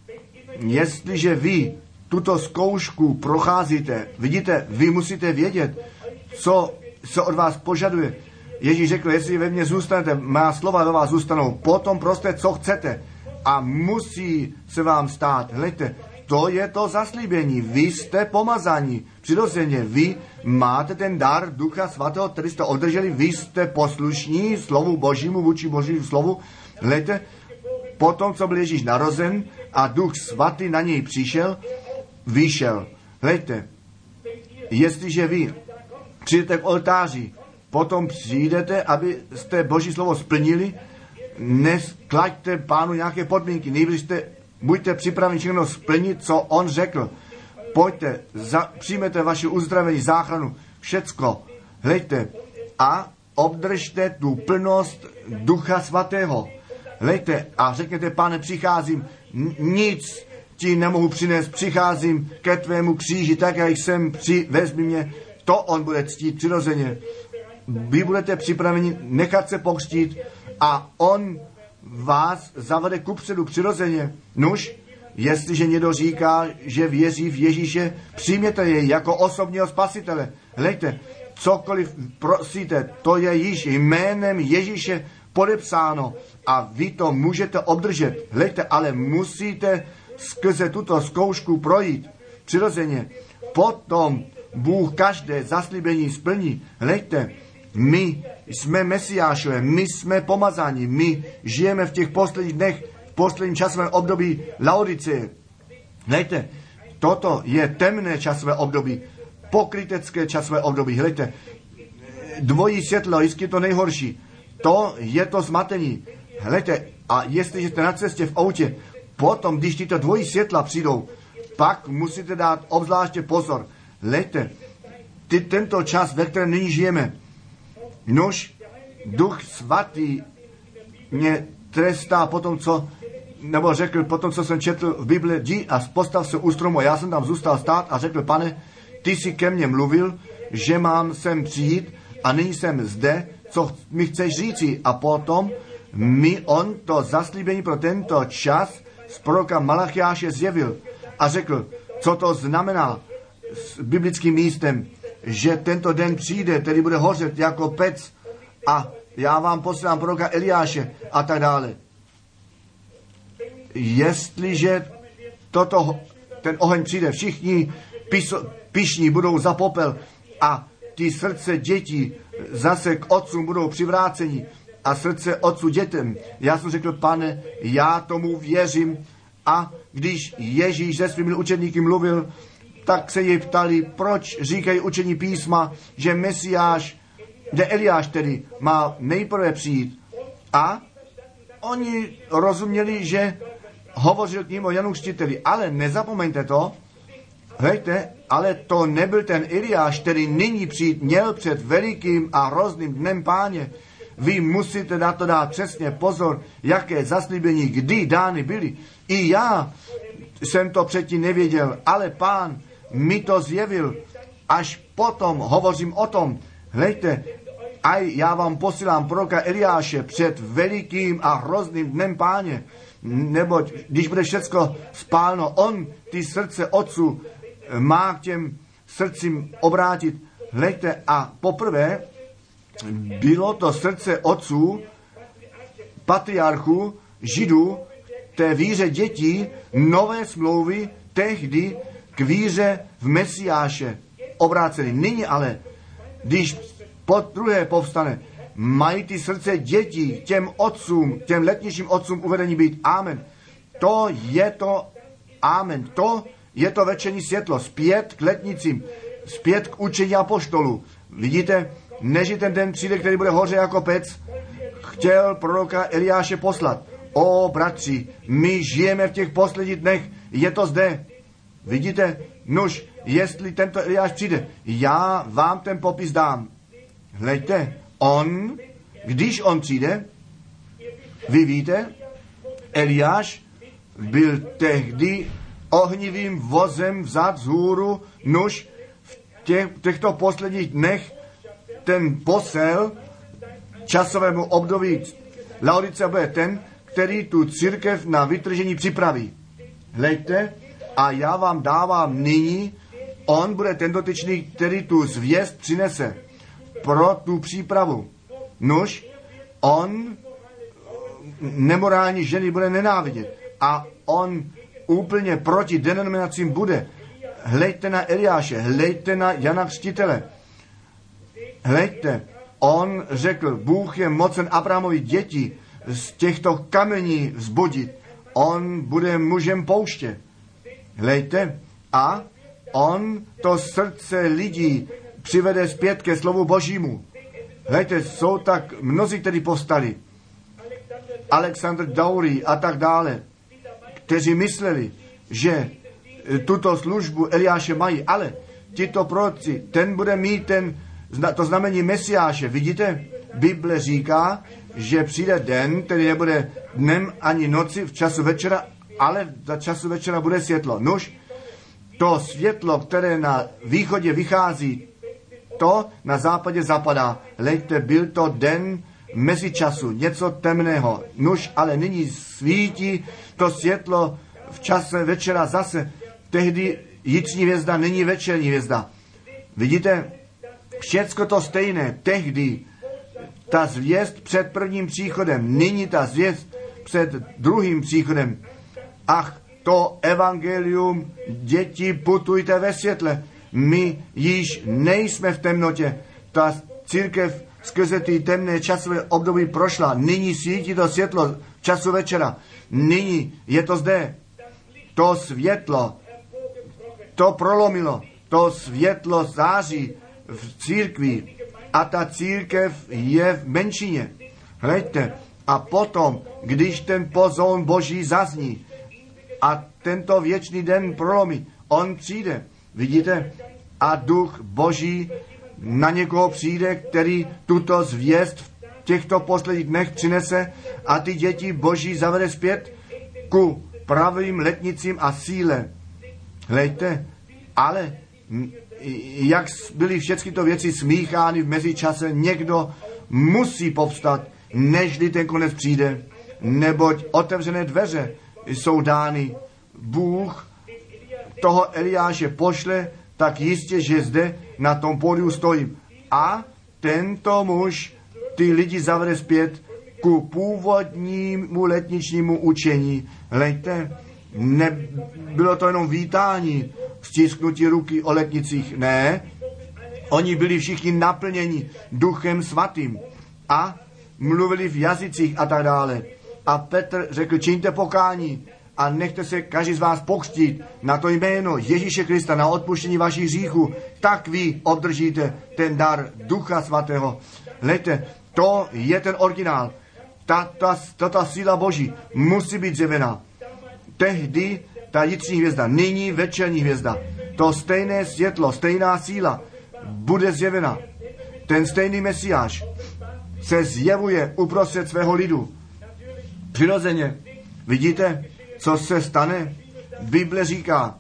jestliže vy tuto zkoušku procházíte, vidíte, vy musíte vědět, co se od vás požaduje. Ježíš řekl, jestli ve mně zůstanete, má slova ve vás zůstanou, potom prostě co chcete a musí se vám stát. Hleďte, to je to zaslíbení. Vy jste pomazaní. Přirozeně vy máte ten dar Ducha Svatého, který jste održeli, vy jste poslušní slovu Božímu, vůči Božímu slovu. Hleďte, potom, co byl Ježíš narozen a Duch Svatý na něj přišel, vyšel. Hleďte, jestliže vy přijdete k oltáři, potom přijdete, abyste Boží slovo splnili, nesklaďte Pánu nějaké podmínky, nejbrž buďte připraveni všechno splnit, co on řekl. Pojďte, přijmete vaše uzdravení, záchranu, všecko. Hleďte a obdržte tu plnost Ducha Svatého. Hleďte a řekněte, Pane, přicházím, nic ti nemohu přinést, přicházím ke tvému kříži, tak jak jsem, vezmi mě. To on bude ctít přirozeně. Vy budete připraveni nechat se pokřtít a on vás zavede kupředu přirozeně. Nuž, jestliže někdo říká, že věří v Ježíše, přijměte jej jako osobního spasitele. Hleďte, cokoliv prosíte, to je již jménem Ježíše podepsáno a vy to můžete obdržet. Hleďte, ale musíte skrze tuto zkoušku projít. Přirozeně. Potom Bůh každé zaslíbení splní. Hleďte, my jsme Mesiášové, my jsme pomazáni, my žijeme v těch posledních dnech, v posledním časovém období Laodiceje. Hleďte, toto je temné časové období, pokrytecké časové období. Hleďte, dvojí světlo, vždycky to nejhorší. To je to zmatení. Hleďte, a jestliže jste na cestě v autě, potom, když tyto dvojí světla přijdou, pak musíte dát obzvláště pozor. Hleďte, tento čas, ve kterém nyní žijeme, nož Duch Svatý mě trestá potom, co jsem četl v Bibli, jdi a postav se u stromu. A já jsem tam zůstal stát a řekl, Pane, ty jsi ke mně mluvil, že mám sem přijít a nyní jsem zde, co mi chceš říci. A potom mi on to zaslíbení pro tento čas z proroka Malachiáše zjevil a řekl, co to znamená s biblickým místem, že tento den přijde, který bude hořet jako pec a já vám posílám proroka Eliáše a tak dále. Jestliže ten oheň přijde, všichni pyšní budou za popel a ty srdce dětí zase k otcům budou přivráceni a srdce otců dětem. Já jsem řekl, Pane, já tomu věřím a když Ježíš se svými učedníky mluvil, tak se jej ptali, proč říkají učení písma, že Eliáš tedy má nejprve přijít. A oni rozuměli, že hovořil k ním o Janu Křtiteli. Ale nezapomeňte to, hejte, ale to nebyl ten Eliáš, který nyní přijít měl před velikým a hrozným dnem Páně. Vy musíte na to dát přesně pozor, jaké zaslíbení kdy dány byly. I já jsem to předtím nevěděl, ale Pán mi to zjevil. Až potom hovořím o tom, hleďte, a já vám posílám proroka Eliáše před velikým a hrozným dnem Páně. Neboť když bude všecko spálno, on ty srdce otců má k těm srdcím obrátit. Hleďte, a poprvé bylo to srdce otců, patriarchů, židů, té víře dětí, nové smlouvy, tehdy k víře v Mesiáše obrácený. Nyní ale, když po druhé povstane, mají ty srdce dětí těm otcům, těm letnějším otcům uvedení být. Amen. To je to amen. To je to večerní světlo. Zpět k letnicím. Zpět k učení apoštolů. Vidíte, než ten den přijde, který bude hoře jako pec, chtěl proroka Eliáše poslat. O, bratři, my žijeme v těch posledních dnech. Je to zde. Vidíte, nuž, jestli tento Eliáš přijde, já vám ten popis dám. Hleďte, když on přijde, vy víte, Eliáš byl tehdy ohnivým vozem vzat z hůru, nuž v těchto posledních dnech ten posel časovému období Laodice bude ten, který tu církev na vytržení připraví. Hleďte, a já vám dávám nyní, on bude ten dotyčný, který tu zvěst přinese pro tu přípravu. Nuž, on nemorální ženy bude nenávidět a on úplně proti denominacím bude. Hleďte na Eliáše, hleďte na Jana Křtitele. Hleďte, on řekl, Bůh je mocen Abrahamovi děti z těchto kamení vzbudit. On bude mužem pouště. Hleďte, a on to srdce lidí přivede zpět ke slovu Božímu. Hleďte, jsou tak mnozí, kteří povstali. Alexander Daury a tak dále, kteří mysleli, že tuto službu Eliáše mají, ale tito proroci, ten bude mít to znamení Mesiáše. Vidíte, Bible říká, že přijde den, který nebude dnem ani noci v času večera, ale za času večera bude světlo. Nuž, to světlo, které na východě vychází, to na západě zapadá. Hleďte, byl to den mezi času, něco temného. Nuž, ale nyní svítí to světlo v čase večera zase. Tehdy jitřní hvězda není večerní hvězda. Vidíte, všecko to stejné. Tehdy ta zvěst před prvním příchodem, nyní ta zvěst před druhým příchodem. Ach, to evangelium, děti, putujte ve světle. My již nejsme v temnotě. Ta církev skrze ty temné časové období prošla. Nyní svítí to světlo v času večera. Nyní je to zde. To světlo, to prolomilo. To světlo září v církvi. A ta církev je v menšině. Hleďte. A potom, když ten pozón Boží zazní a tento věčný den prolomí, on přijde. Vidíte? A duch Boží na někoho přijde, který tuto zvěst v těchto posledních dnech přinese a ty děti Boží zavede zpět ku pravým letnicím a síle. Hleďte, ale jak byly všechny to věci smíchány v mezičase, někdo musí povstat, nežli ten konec přijde, neboť otevřené dveře jsou dány. Bůh toho Eliáše pošle, tak jistě, že zde na tom pódiu stojím. A tento muž ty lidi zavede zpět ku původnímu letničnímu učení. Hleďte, nebylo to jenom vítání, stisknutí ruky o letnicích. Ne, oni byli všichni naplněni Duchem Svatým a mluvili v jazycích a tak dále. A Petr řekl, čiňte pokání a nechte se každý z vás pokřtít na to jméno Ježíše Krista na odpuštění vašich hříchů, tak vy obdržíte ten dar Ducha Svatého. Hleďte, to je ten originál. Ta síla Boží musí být zjevená. Tehdy ta jitřní hvězda, nyní večerní hvězda. To stejné světlo, stejná síla bude zjevena. Ten stejný Mesiáš se zjevuje uprostřed svého lidu. Přirozeně. Vidíte, co se stane? Bible říká,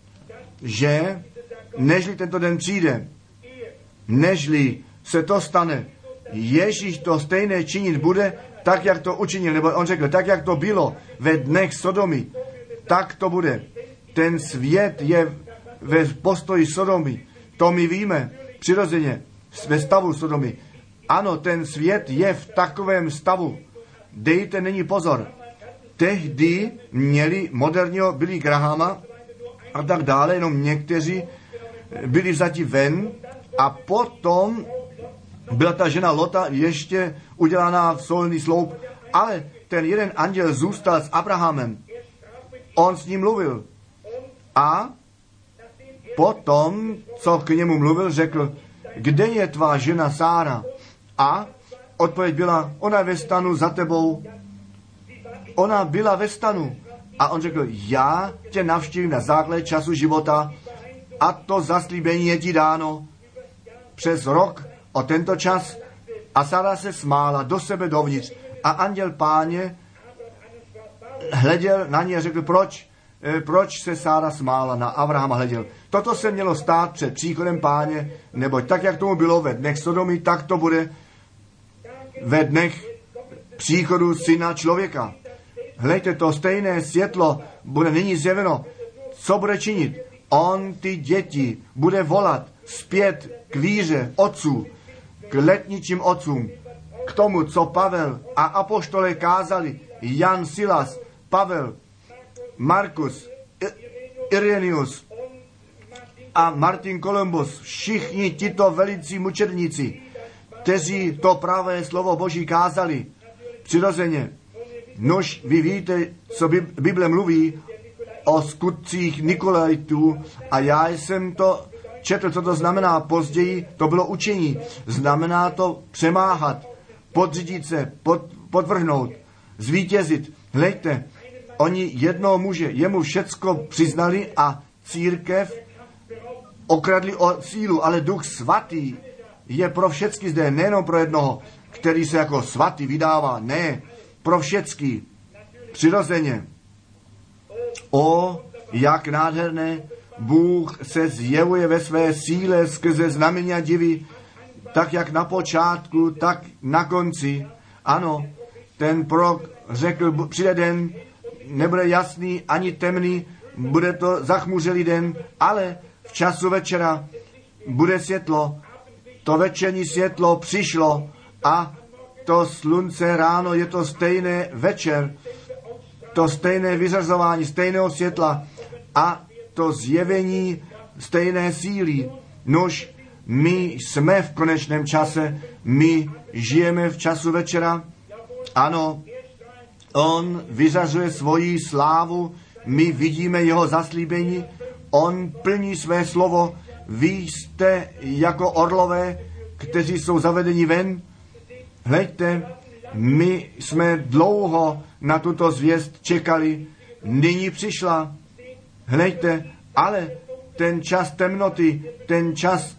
že nežli tento den přijde, nežli se to stane, Ježíš to stejné činit bude, tak, jak to učinil, nebo on řekl, tak, jak to bylo ve dnech Sodomy, tak to bude. Ten svět je ve postoji Sodomy. To my víme, přirozeně, ve stavu Sodomy. Ano, ten svět je v takovém stavu. Dejte nyní pozor. Tehdy měli moderního Billy Grahama a tak dále, jenom někteří byli vzati ven a potom byla ta žena Lota ještě udělaná v solný sloup, ale ten jeden anděl zůstal s Abrahamem. On s ním mluvil. A potom, co k němu mluvil, řekl, kde je tvá žena Sára? A odpověď byla, ona je ve stanu za tebou. Ona byla ve stanu. A on řekl, já tě navštívím na základě času života a to zaslíbení je ti dáno. Přes rok o tento čas a Sara se smála do sebe dovnitř a anděl Páně hleděl na ní a řekl, proč se Sára smála, na Abrahama hleděl. Toto se mělo stát před příchodem Páně, neboť tak, jak tomu bylo ve dnech Sodomy, tak to bude ve dnech příchodu Syna člověka. Hlejte, to stejné světlo bude nyní zjeveno. Co bude činit? On ty děti bude volat zpět k víře otců, k letničím otcům, k tomu, co Pavel a apoštole kázali, Jan Silas, Pavel, Markus, Irenaeus a Martin Kolumbus, všichni tito velicí mučedníci, kteří to pravé slovo Boží kázali, přirozeně. Nož vy víte, co Bible mluví o skutcích Nikolajtů a já jsem to četl, co to znamená. Později to bylo učení. Znamená to přemáhat, podřídit se, podvrhnout, zvítězit. Hlejte, oni jednoho muže, jemu všecko přiznali a církev okradli o sílu, ale Duch Svatý je pro všecky zde, nejenom pro jednoho, který se jako svatý vydává, ne, pro všecky, přirozeně. O, jak nádherné, Bůh se zjevuje ve své síle skrze znamení a divy, tak jak na počátku, tak na konci. Ano, ten prorok řekl, přijde den, nebude jasný ani temný, bude to zachmuřelý den, ale v času večera bude světlo. To večerní světlo přišlo a to slunce ráno je to stejné večer, to stejné vyřazování stejného světla a to zjevení stejné síly. Nož my jsme v konečném čase, my žijeme v času večera. Ano, on vyřazuje svoji slávu, my vidíme jeho zaslíbení, on plní své slovo, vy jste jako orlové, kteří jsou zavedeni ven. Hleďte, my jsme dlouho na tuto zvěst čekali, nyní přišla. Hleďte, ale ten čas temnoty, ten čas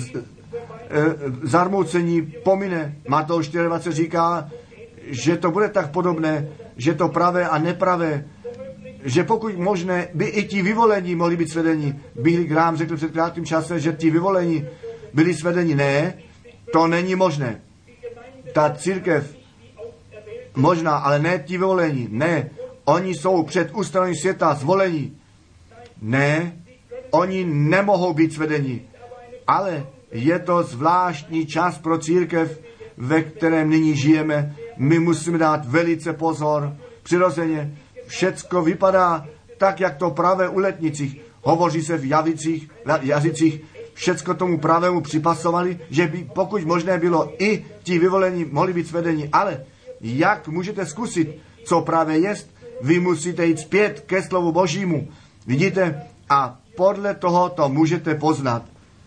zarmoucení pomine. Matouš 24 říká, že to bude tak podobné, že to pravé a nepravé, že pokud možné, by i ti vyvolení mohli být svedeni. Billy Graham řekl před krátkým čase, že ti vyvolení byli svedeni. Ne, to není možné. Ta církev možná, ale ne ti vyvolení. Ne, oni jsou před ustanovením světa zvolení. Ne, oni nemohou být svedeni. Ale je to zvláštní čas pro církev, ve kterém nyní žijeme. My musíme dát velice pozor. Přirozeně všecko vypadá tak, jak to pravé u letnicích. Hovoří se v jazycích, všecko tomu pravému připasovali, že by pokud možné bylo i ti vyvolení mohli být svedeni. Ale jak můžete zkusit, co právě jest? Vy musíte jít zpět ke slovu Božímu. Vidíte? A podle toho to můžete poznat.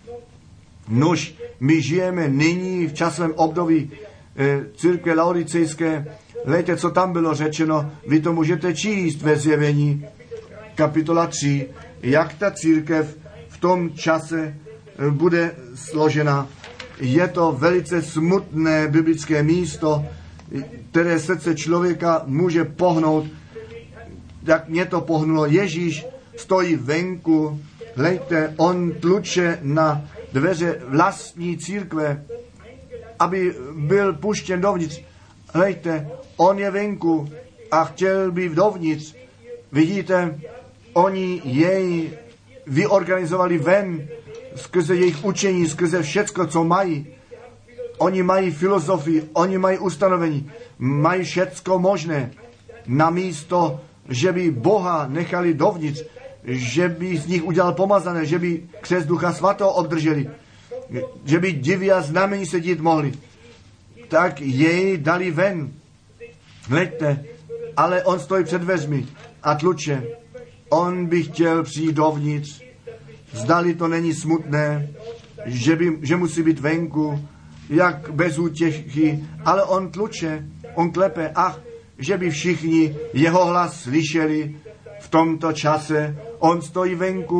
Nož, my žijeme nyní v časovém období církve laodicejské. Lejte, co tam bylo řečeno, vy to můžete číst ve Zjevení, kapitola 3, jak ta církev v tom čase bude složena. Je to velice smutné biblické místo, které srdce člověka může pohnout. Jak mě to pohnulo, Ježíš stojí venku, hleďte, on tluče na dveře vlastní církve, aby byl puštěn dovnitř. Hleďte, on je venku a chtěl by dovnitř. Vidíte, oni jej vyorganizovali ven skrze jejich učení, skrze všecko, co mají. Oni mají filozofii, oni mají ustanovení, mají všecko možné. Namísto, že by Boha nechali dovnitř, že by z nich udělal pomazané, že by křest Ducha Svatého obdrželi, že by divy a znamení se dít mohli, tak jej dali ven. Hleďte, ale on stojí před dveřmi a tluče. On by chtěl přijít dovnitř. Zdali to není smutné, že musí být venku, jak bez útěchy, ale on tluče, on klepe, že by všichni jeho hlas slyšeli v tomto čase. On stojí venku,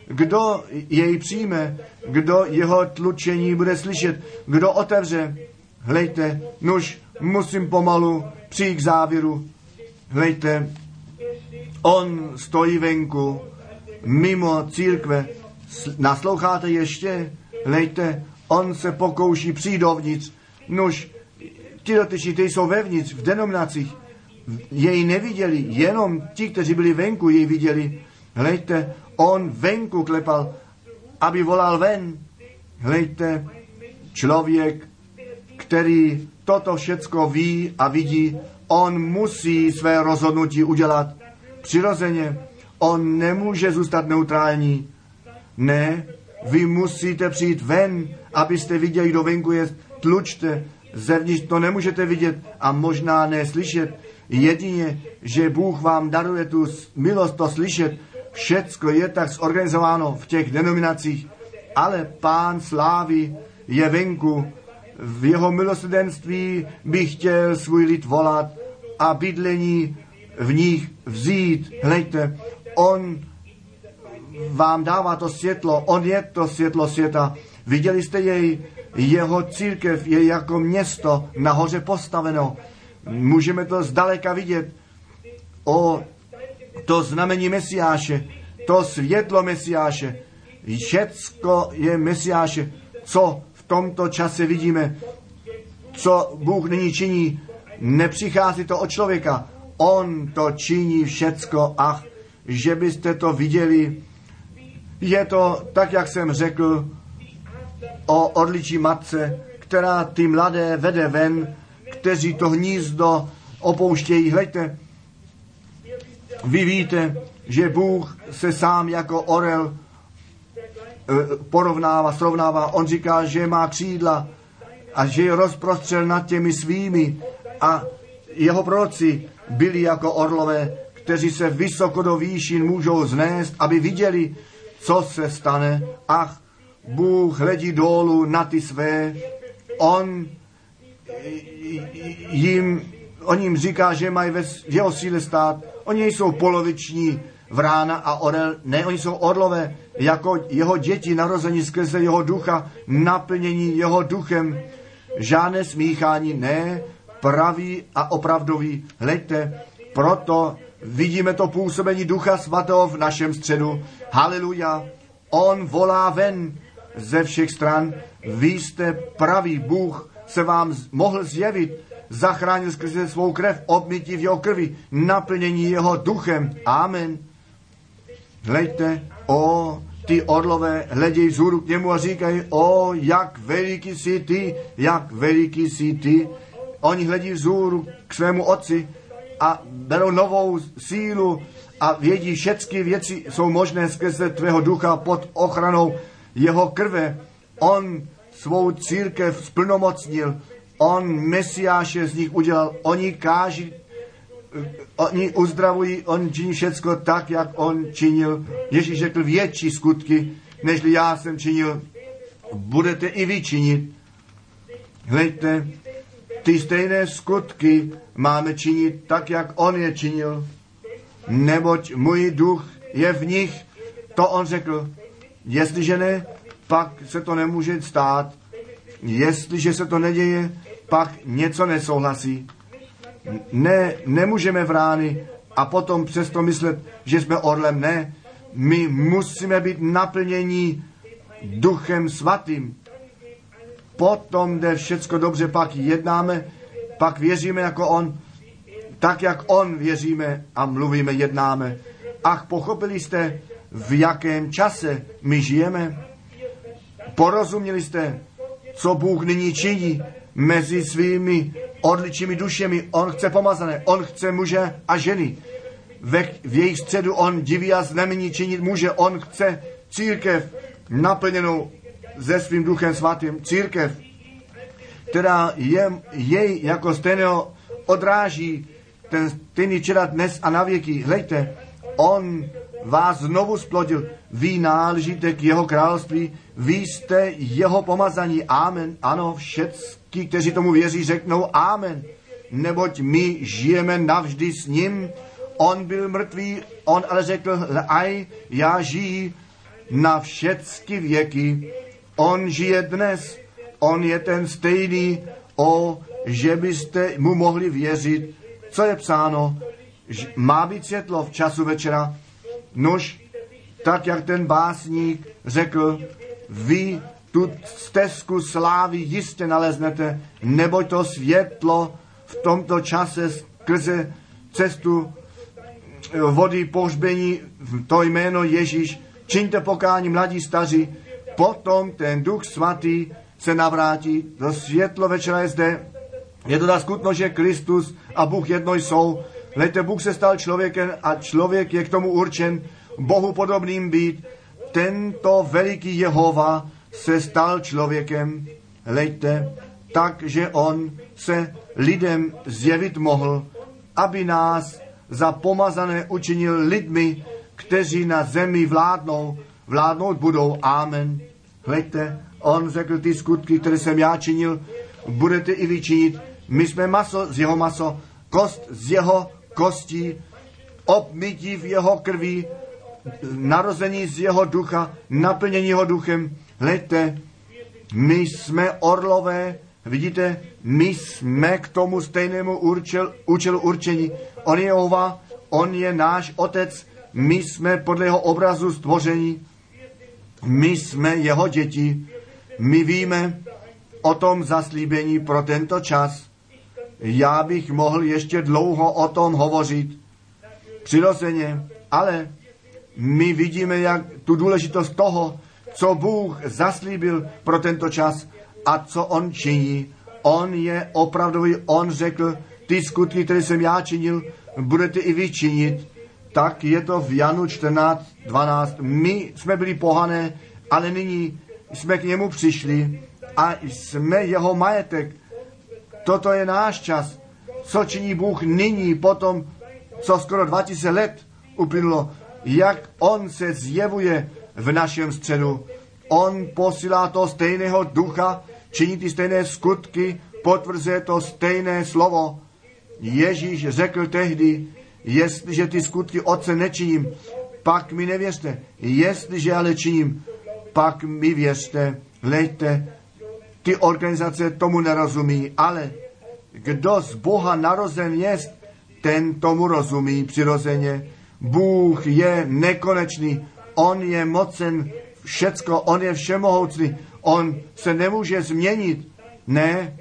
kdo jej přijme, kdo jeho tlučení bude slyšet, kdo otevře. Hlejte, nuž musím pomalu přijít k závěru. Hlejte, on stojí venku, mimo církve. Nasloucháte ještě? Hlejte, on se pokouší přijít dovnitř. Nuž, ti dotyční, ty jsou vevnitř, v denominacích. Jej neviděli, jenom ti, kteří byli venku, jej viděli. Hlejte, on venku klepal, aby volal ven. Hlejte, člověk, který toto všecko ví a vidí, on musí své rozhodnutí udělat přirozeně. On nemůže zůstat neutrální. Ne, vy musíte přijít ven, abyste viděli, kdo venku je. Tlučte, zevnitř to nemůžete vidět a možná neslyšet. Jedině, že Bůh vám daruje tu milost to slyšet. Všecko je tak zorganizováno v těch denominacích, ale Pán slávy je venku. V jeho milosrdenství by chtěl svůj lid volat a bydlení v nich vzít. Hlejte, on vám dává to světlo, on je to světlo světa. Viděli jste jej, jeho církev je jako město nahoře postaveno. Můžeme to zdaleka vidět. O, to znamení Mesiáše, to světlo Mesiáše, všecko je Mesiáše, co v tomto čase vidíme, co Bůh nyní činí, nepřichází to od člověka, on to činí všecko, ach, že byste to viděli. Je to tak, jak jsem řekl, o orličí matce, která ty mladé vede ven, kteří to hnízdo opouštějí. Hleďte, vy víte, že Bůh se sám jako orel srovnává. On říká, že má křídla a že je rozprostřel nad těmi svými a jeho proroci byli jako orlové, kteří se vysoko do výšin můžou znést, aby viděli, co se stane. Ach, Bůh hledí dolů na ty své, on jim říká, že mají v jeho síle stát. Oni nejsou poloviční vrána a orel, ne, oni jsou orlové, jako jeho děti narození skrze jeho ducha, naplnění jeho duchem. Žádné smíchání, ne, pravý a opravdový. Hleďte, proto vidíme to působení Ducha Svatého v našem středu. Haleluja, on volá ven ze všech stran. Vy jste pravý, Bůh se vám mohl zjevit, zachránil skrze svou krev, obmytí v jeho krvi, naplnění jeho duchem. Amen. Hleďte, ty orlové hledějí vzhůru k němu a říkají, jak veliký jsi ty, jak veliký jsi ty. Oni hledí vzhůru k svému otci a berou novou sílu a vědí, všechny věci jsou možné skrze tvého ducha pod ochranou jeho krve. On svou církev splnomocnil, on Mesiáše z nich udělal, oni káží, oni uzdravují, on činí všecko tak, jak on činil. Ježíš řekl, větší skutky, nežli já jsem činil, budete i vy činit. Hleďte, ty stejné skutky máme činit tak, jak on je činil, neboť můj duch je v nich, to on řekl. Jestliže ne, pak se to nemůže stát. Jestliže se to neděje, pak něco nesouhlasí. Ne, nemůžeme vrány a potom přesto myslet, že jsme orlem. Ne, my musíme být naplnění Duchem Svatým. Potom jde všecko dobře, pak jednáme, pak věříme jako on, tak jak on věříme a mluvíme, jednáme. Ach, pochopili jste, v jakém čase my žijeme? Porozuměli jste, co Bůh nyní činí mezi svými odličnými dušemi? On chce pomazané, on chce muže a ženy. V jejich středu on diví a znamení činit může. On chce církev naplněnou se svým Duchem Svatým. Církev, která jej jako stejného odráží, ten stejný včera, dnes a na věky. Hleďte, on vás znovu splodil. Vy náležíte k jeho království, vy jste jeho pomazaní. Amen. Ano, všetky, kteří tomu věří, řeknou amen. Neboť my žijeme navždy s ním. On byl mrtvý, on ale řekl, já žiji na všechny věky. On žije dnes, on je ten stejný, že byste mu mohli věřit, co je psáno, má být světlo v času večera. Nož, tak jak ten básník řekl, vy tu stezku slávy jistě naleznete, neboť to světlo v tomto čase skrze cestu vody pohřbení, to jméno Ježíš, čiňte pokání mladí staří, potom ten Duch Svatý se navrátí, to světlo večera je zde, je to ta skutnost, že Kristus a Bůh jedno jsou. Lejte, Bůh se stal člověkem a člověk je k tomu určen Bohu podobným být. Tento veliký Jehova se stal člověkem, lejte, takže on se lidem zjevit mohl, aby nás za pomazané učinil lidmi, kteří na zemi vládnout budou. Amen. Hleďte, on řekl, ty skutky, které jsem já činil, budete i vy činit. My jsme maso z jeho maso, kost z jeho kostí, obmytí v jeho krví, narození z jeho ducha, naplnění jeho duchem. Hleďte, my jsme orlové, vidíte, my jsme k tomu stejnému účelu určení. On je Jehova, on je náš otec, my jsme podle jeho obrazu stvoření, my jsme jeho děti, my víme o tom zaslíbení pro tento čas. Já bych mohl ještě dlouho o tom hovořit, přirozeně, ale my vidíme, jak tu důležitost toho, co Bůh zaslíbil pro tento čas a co on činí. On je opravdový, on řekl, ty skutky, které jsem já činil, budete i vy činit. Tak je to v Janu 14:12. My jsme byli pohané, ale nyní jsme k němu přišli a jsme jeho majetek. Toto je náš čas. Co činí Bůh nyní, potom, co skoro 2000 let uplynulo, jak on se zjevuje v našem středu. On posílá to stejného ducha, činí ty stejné skutky, potvrzuje to stejné slovo. Ježíš řekl tehdy, jestliže ty skutky Otce nečiním, pak mi nevěřte. Jestliže ale činím, pak mi věřte. Hleďte, ty organizace tomu nerozumí, ale kdo z Boha narozen jest, ten tomu rozumí přirozeně. Bůh je nekonečný, on je mocen všecko, on je všemohoucný, on se nemůže změnit. Ne,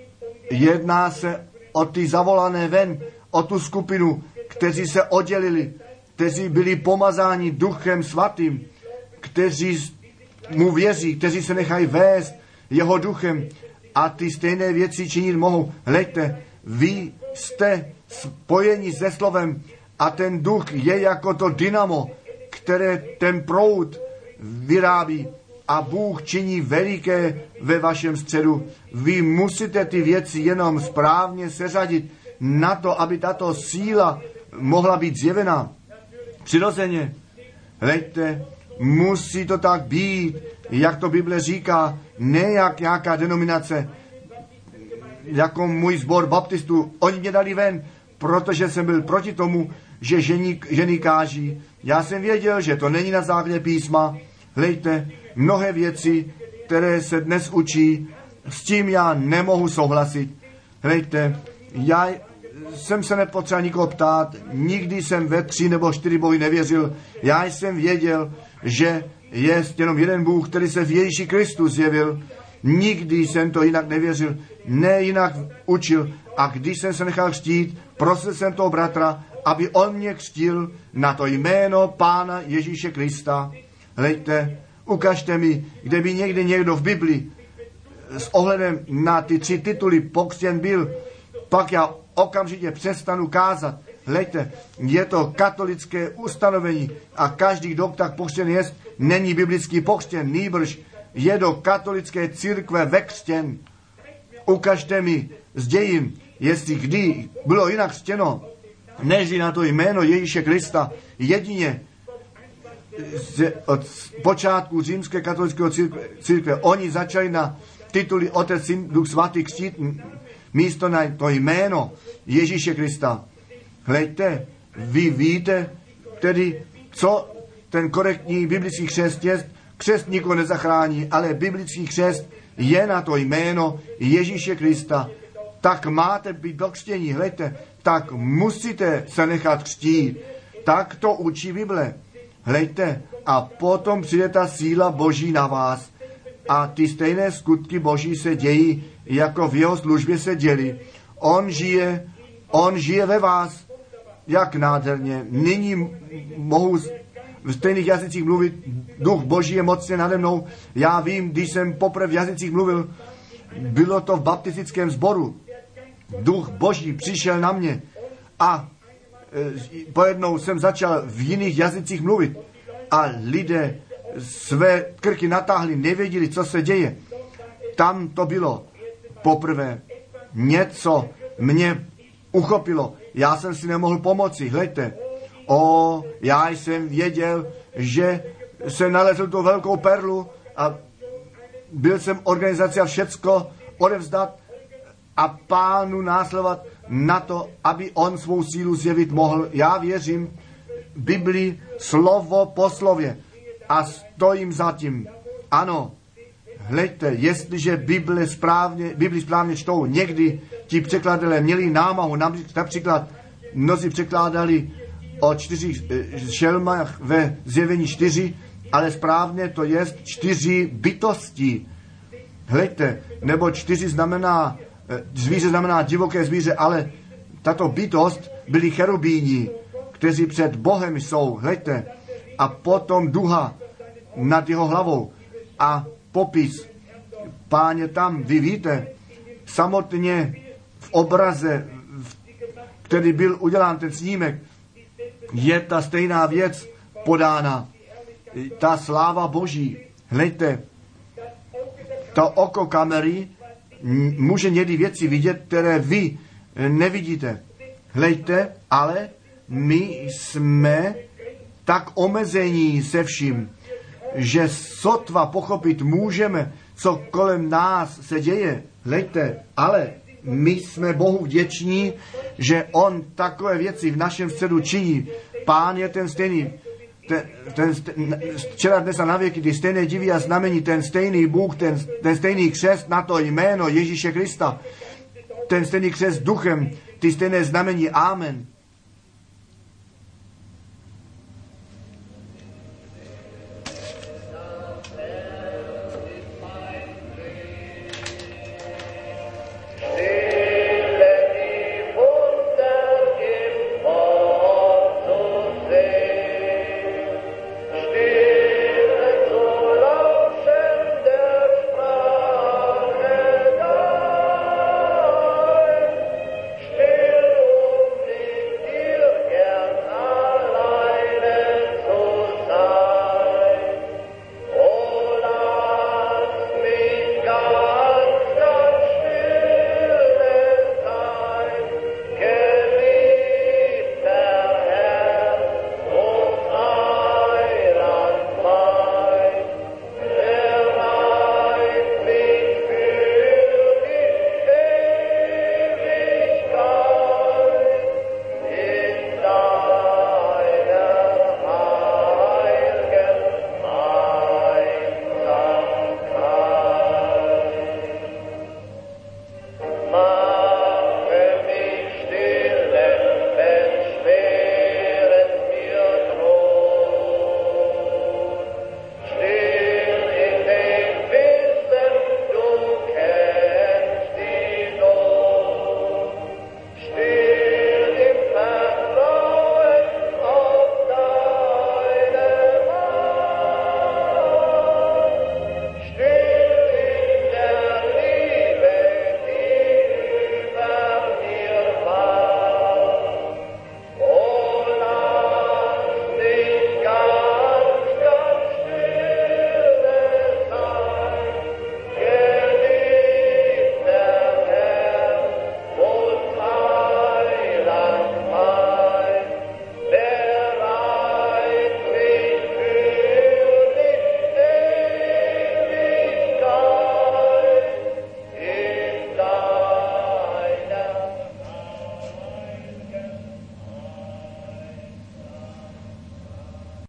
jedná se o ty zavolané ven, o tu skupinu, kteří se oddělili, kteří byli pomazáni Duchem Svatým, kteří mu věří, kteří se nechají vést jeho duchem a ty stejné věci činit mohou. Hleďte, vy jste spojeni se slovem a ten duch je jako to dynamo, které ten proud vyrábí a Bůh činí veliké ve vašem středu. Vy musíte ty věci jenom správně seřadit na to, aby tato síla mohla být zjevená. Přirozeně, hleďte, musí to tak být, jak to Bible říká, ne jak nějaká denominace, jako můj sbor baptistů. Oni mě dali ven, protože jsem byl proti tomu, že ženy káží. Já jsem věděl, že to není na základě písma. Hleďte, mnohé věci, které se dnes učí, s tím já nemohu souhlasit. Hleďte, já jsem se nepotřeboval nikoho ptát, nikdy jsem ve 3 nebo 4 bohy nevěřil. Já jsem věděl, že je jenom jeden Bůh, který se v Ježíši Kristu zjevil. Nikdy jsem to jinak nevěřil, ne jinak učil. A když jsem se nechal křtít, prosil jsem toho bratra, aby on mě křtil na to jméno Pána Ježíše Krista. Hleďte, ukažte mi, kde by někdy někdo v Bibli s ohledem na ty 3 tituly pokřtěn byl, pak já okamžitě přestanu kázat. Hleďte, je to katolické ustanovení a každý, kdo tak pokřtěn jest, není biblický pokřtěn, nýbrž je do katolické církve vekřtěn. Ukažte mi z dějin, jestli kdy bylo jinak křtěno, než na to jméno Ježíše Krista, jedině od počátku římské katolické církve. Oni začali na tituly Otec, Syn, Duch Svatý křtít místo na to jméno Ježíše Krista. Hleďte, vy víte tedy, co ten korektní biblický křest je, křest nikoho nezachrání, ale biblický křest je na to jméno Ježíše Krista. Tak máte být do křtění, hleďte, tak musíte se nechat křtít. Tak to učí Bible. Hleďte, a potom přijde ta síla Boží na vás. A ty stejné skutky Boží se dějí, jako v jeho službě se děli. On žije ve vás. Jak nádherně. Nyní mohu v stejných jazycích mluvit. Duch Boží je mocně nade mnou. Já vím, když jsem poprvé v jazycích mluvil, bylo to v baptistickém sboru. Duch Boží přišel na mě a pojednou jsem začal v jiných jazycích mluvit a lidé své krky natáhli, nevěděli, co se děje. Tam to bylo poprvé. Něco mě uchopilo. Já jsem si nemohl pomoci. Hleďte. Já jsem věděl, že jsem nalezl tu velkou perlu a byl jsem organizaci a všecko odevzdat a Pánu následovat na to, aby on svou sílu zjevit mohl. Já věřím Biblii slovo po slově a stojím za tím. Ano, hleďte, jestliže Bibli správně čtou, někdy ti překladatelé měli námahu, například mnozí překládali o 4 šelmách ve Zjevení 4, ale správně to je 4 bytosti. Hleďte, nebo 4 znamená, zvíře znamená divoké zvíře, ale tato bytost byli cherubíni, kteří před Bohem jsou, hleďte, a potom duha nad jeho hlavou a popis. Páně tam, vy víte, samotně v obraze, který byl udělán ten snímek, je ta stejná věc podána. Ta sláva Boží. Hleďte, to oko kamery může někdy věci vidět, které vy nevidíte. Hleďte, ale my jsme tak omezení se vším, že sotva pochopit můžeme, co kolem nás se děje. Hleďte, ale my jsme Bohu vděční, že on takové věci v našem středu činí. Pán je ten stejný, včera, dnes a na věky, ty stejné divy a znamení, ten stejný Bůh, ten stejný křest na to jméno Ježíše Krista, ten stejný křest duchem, ty stejné znamení, amen.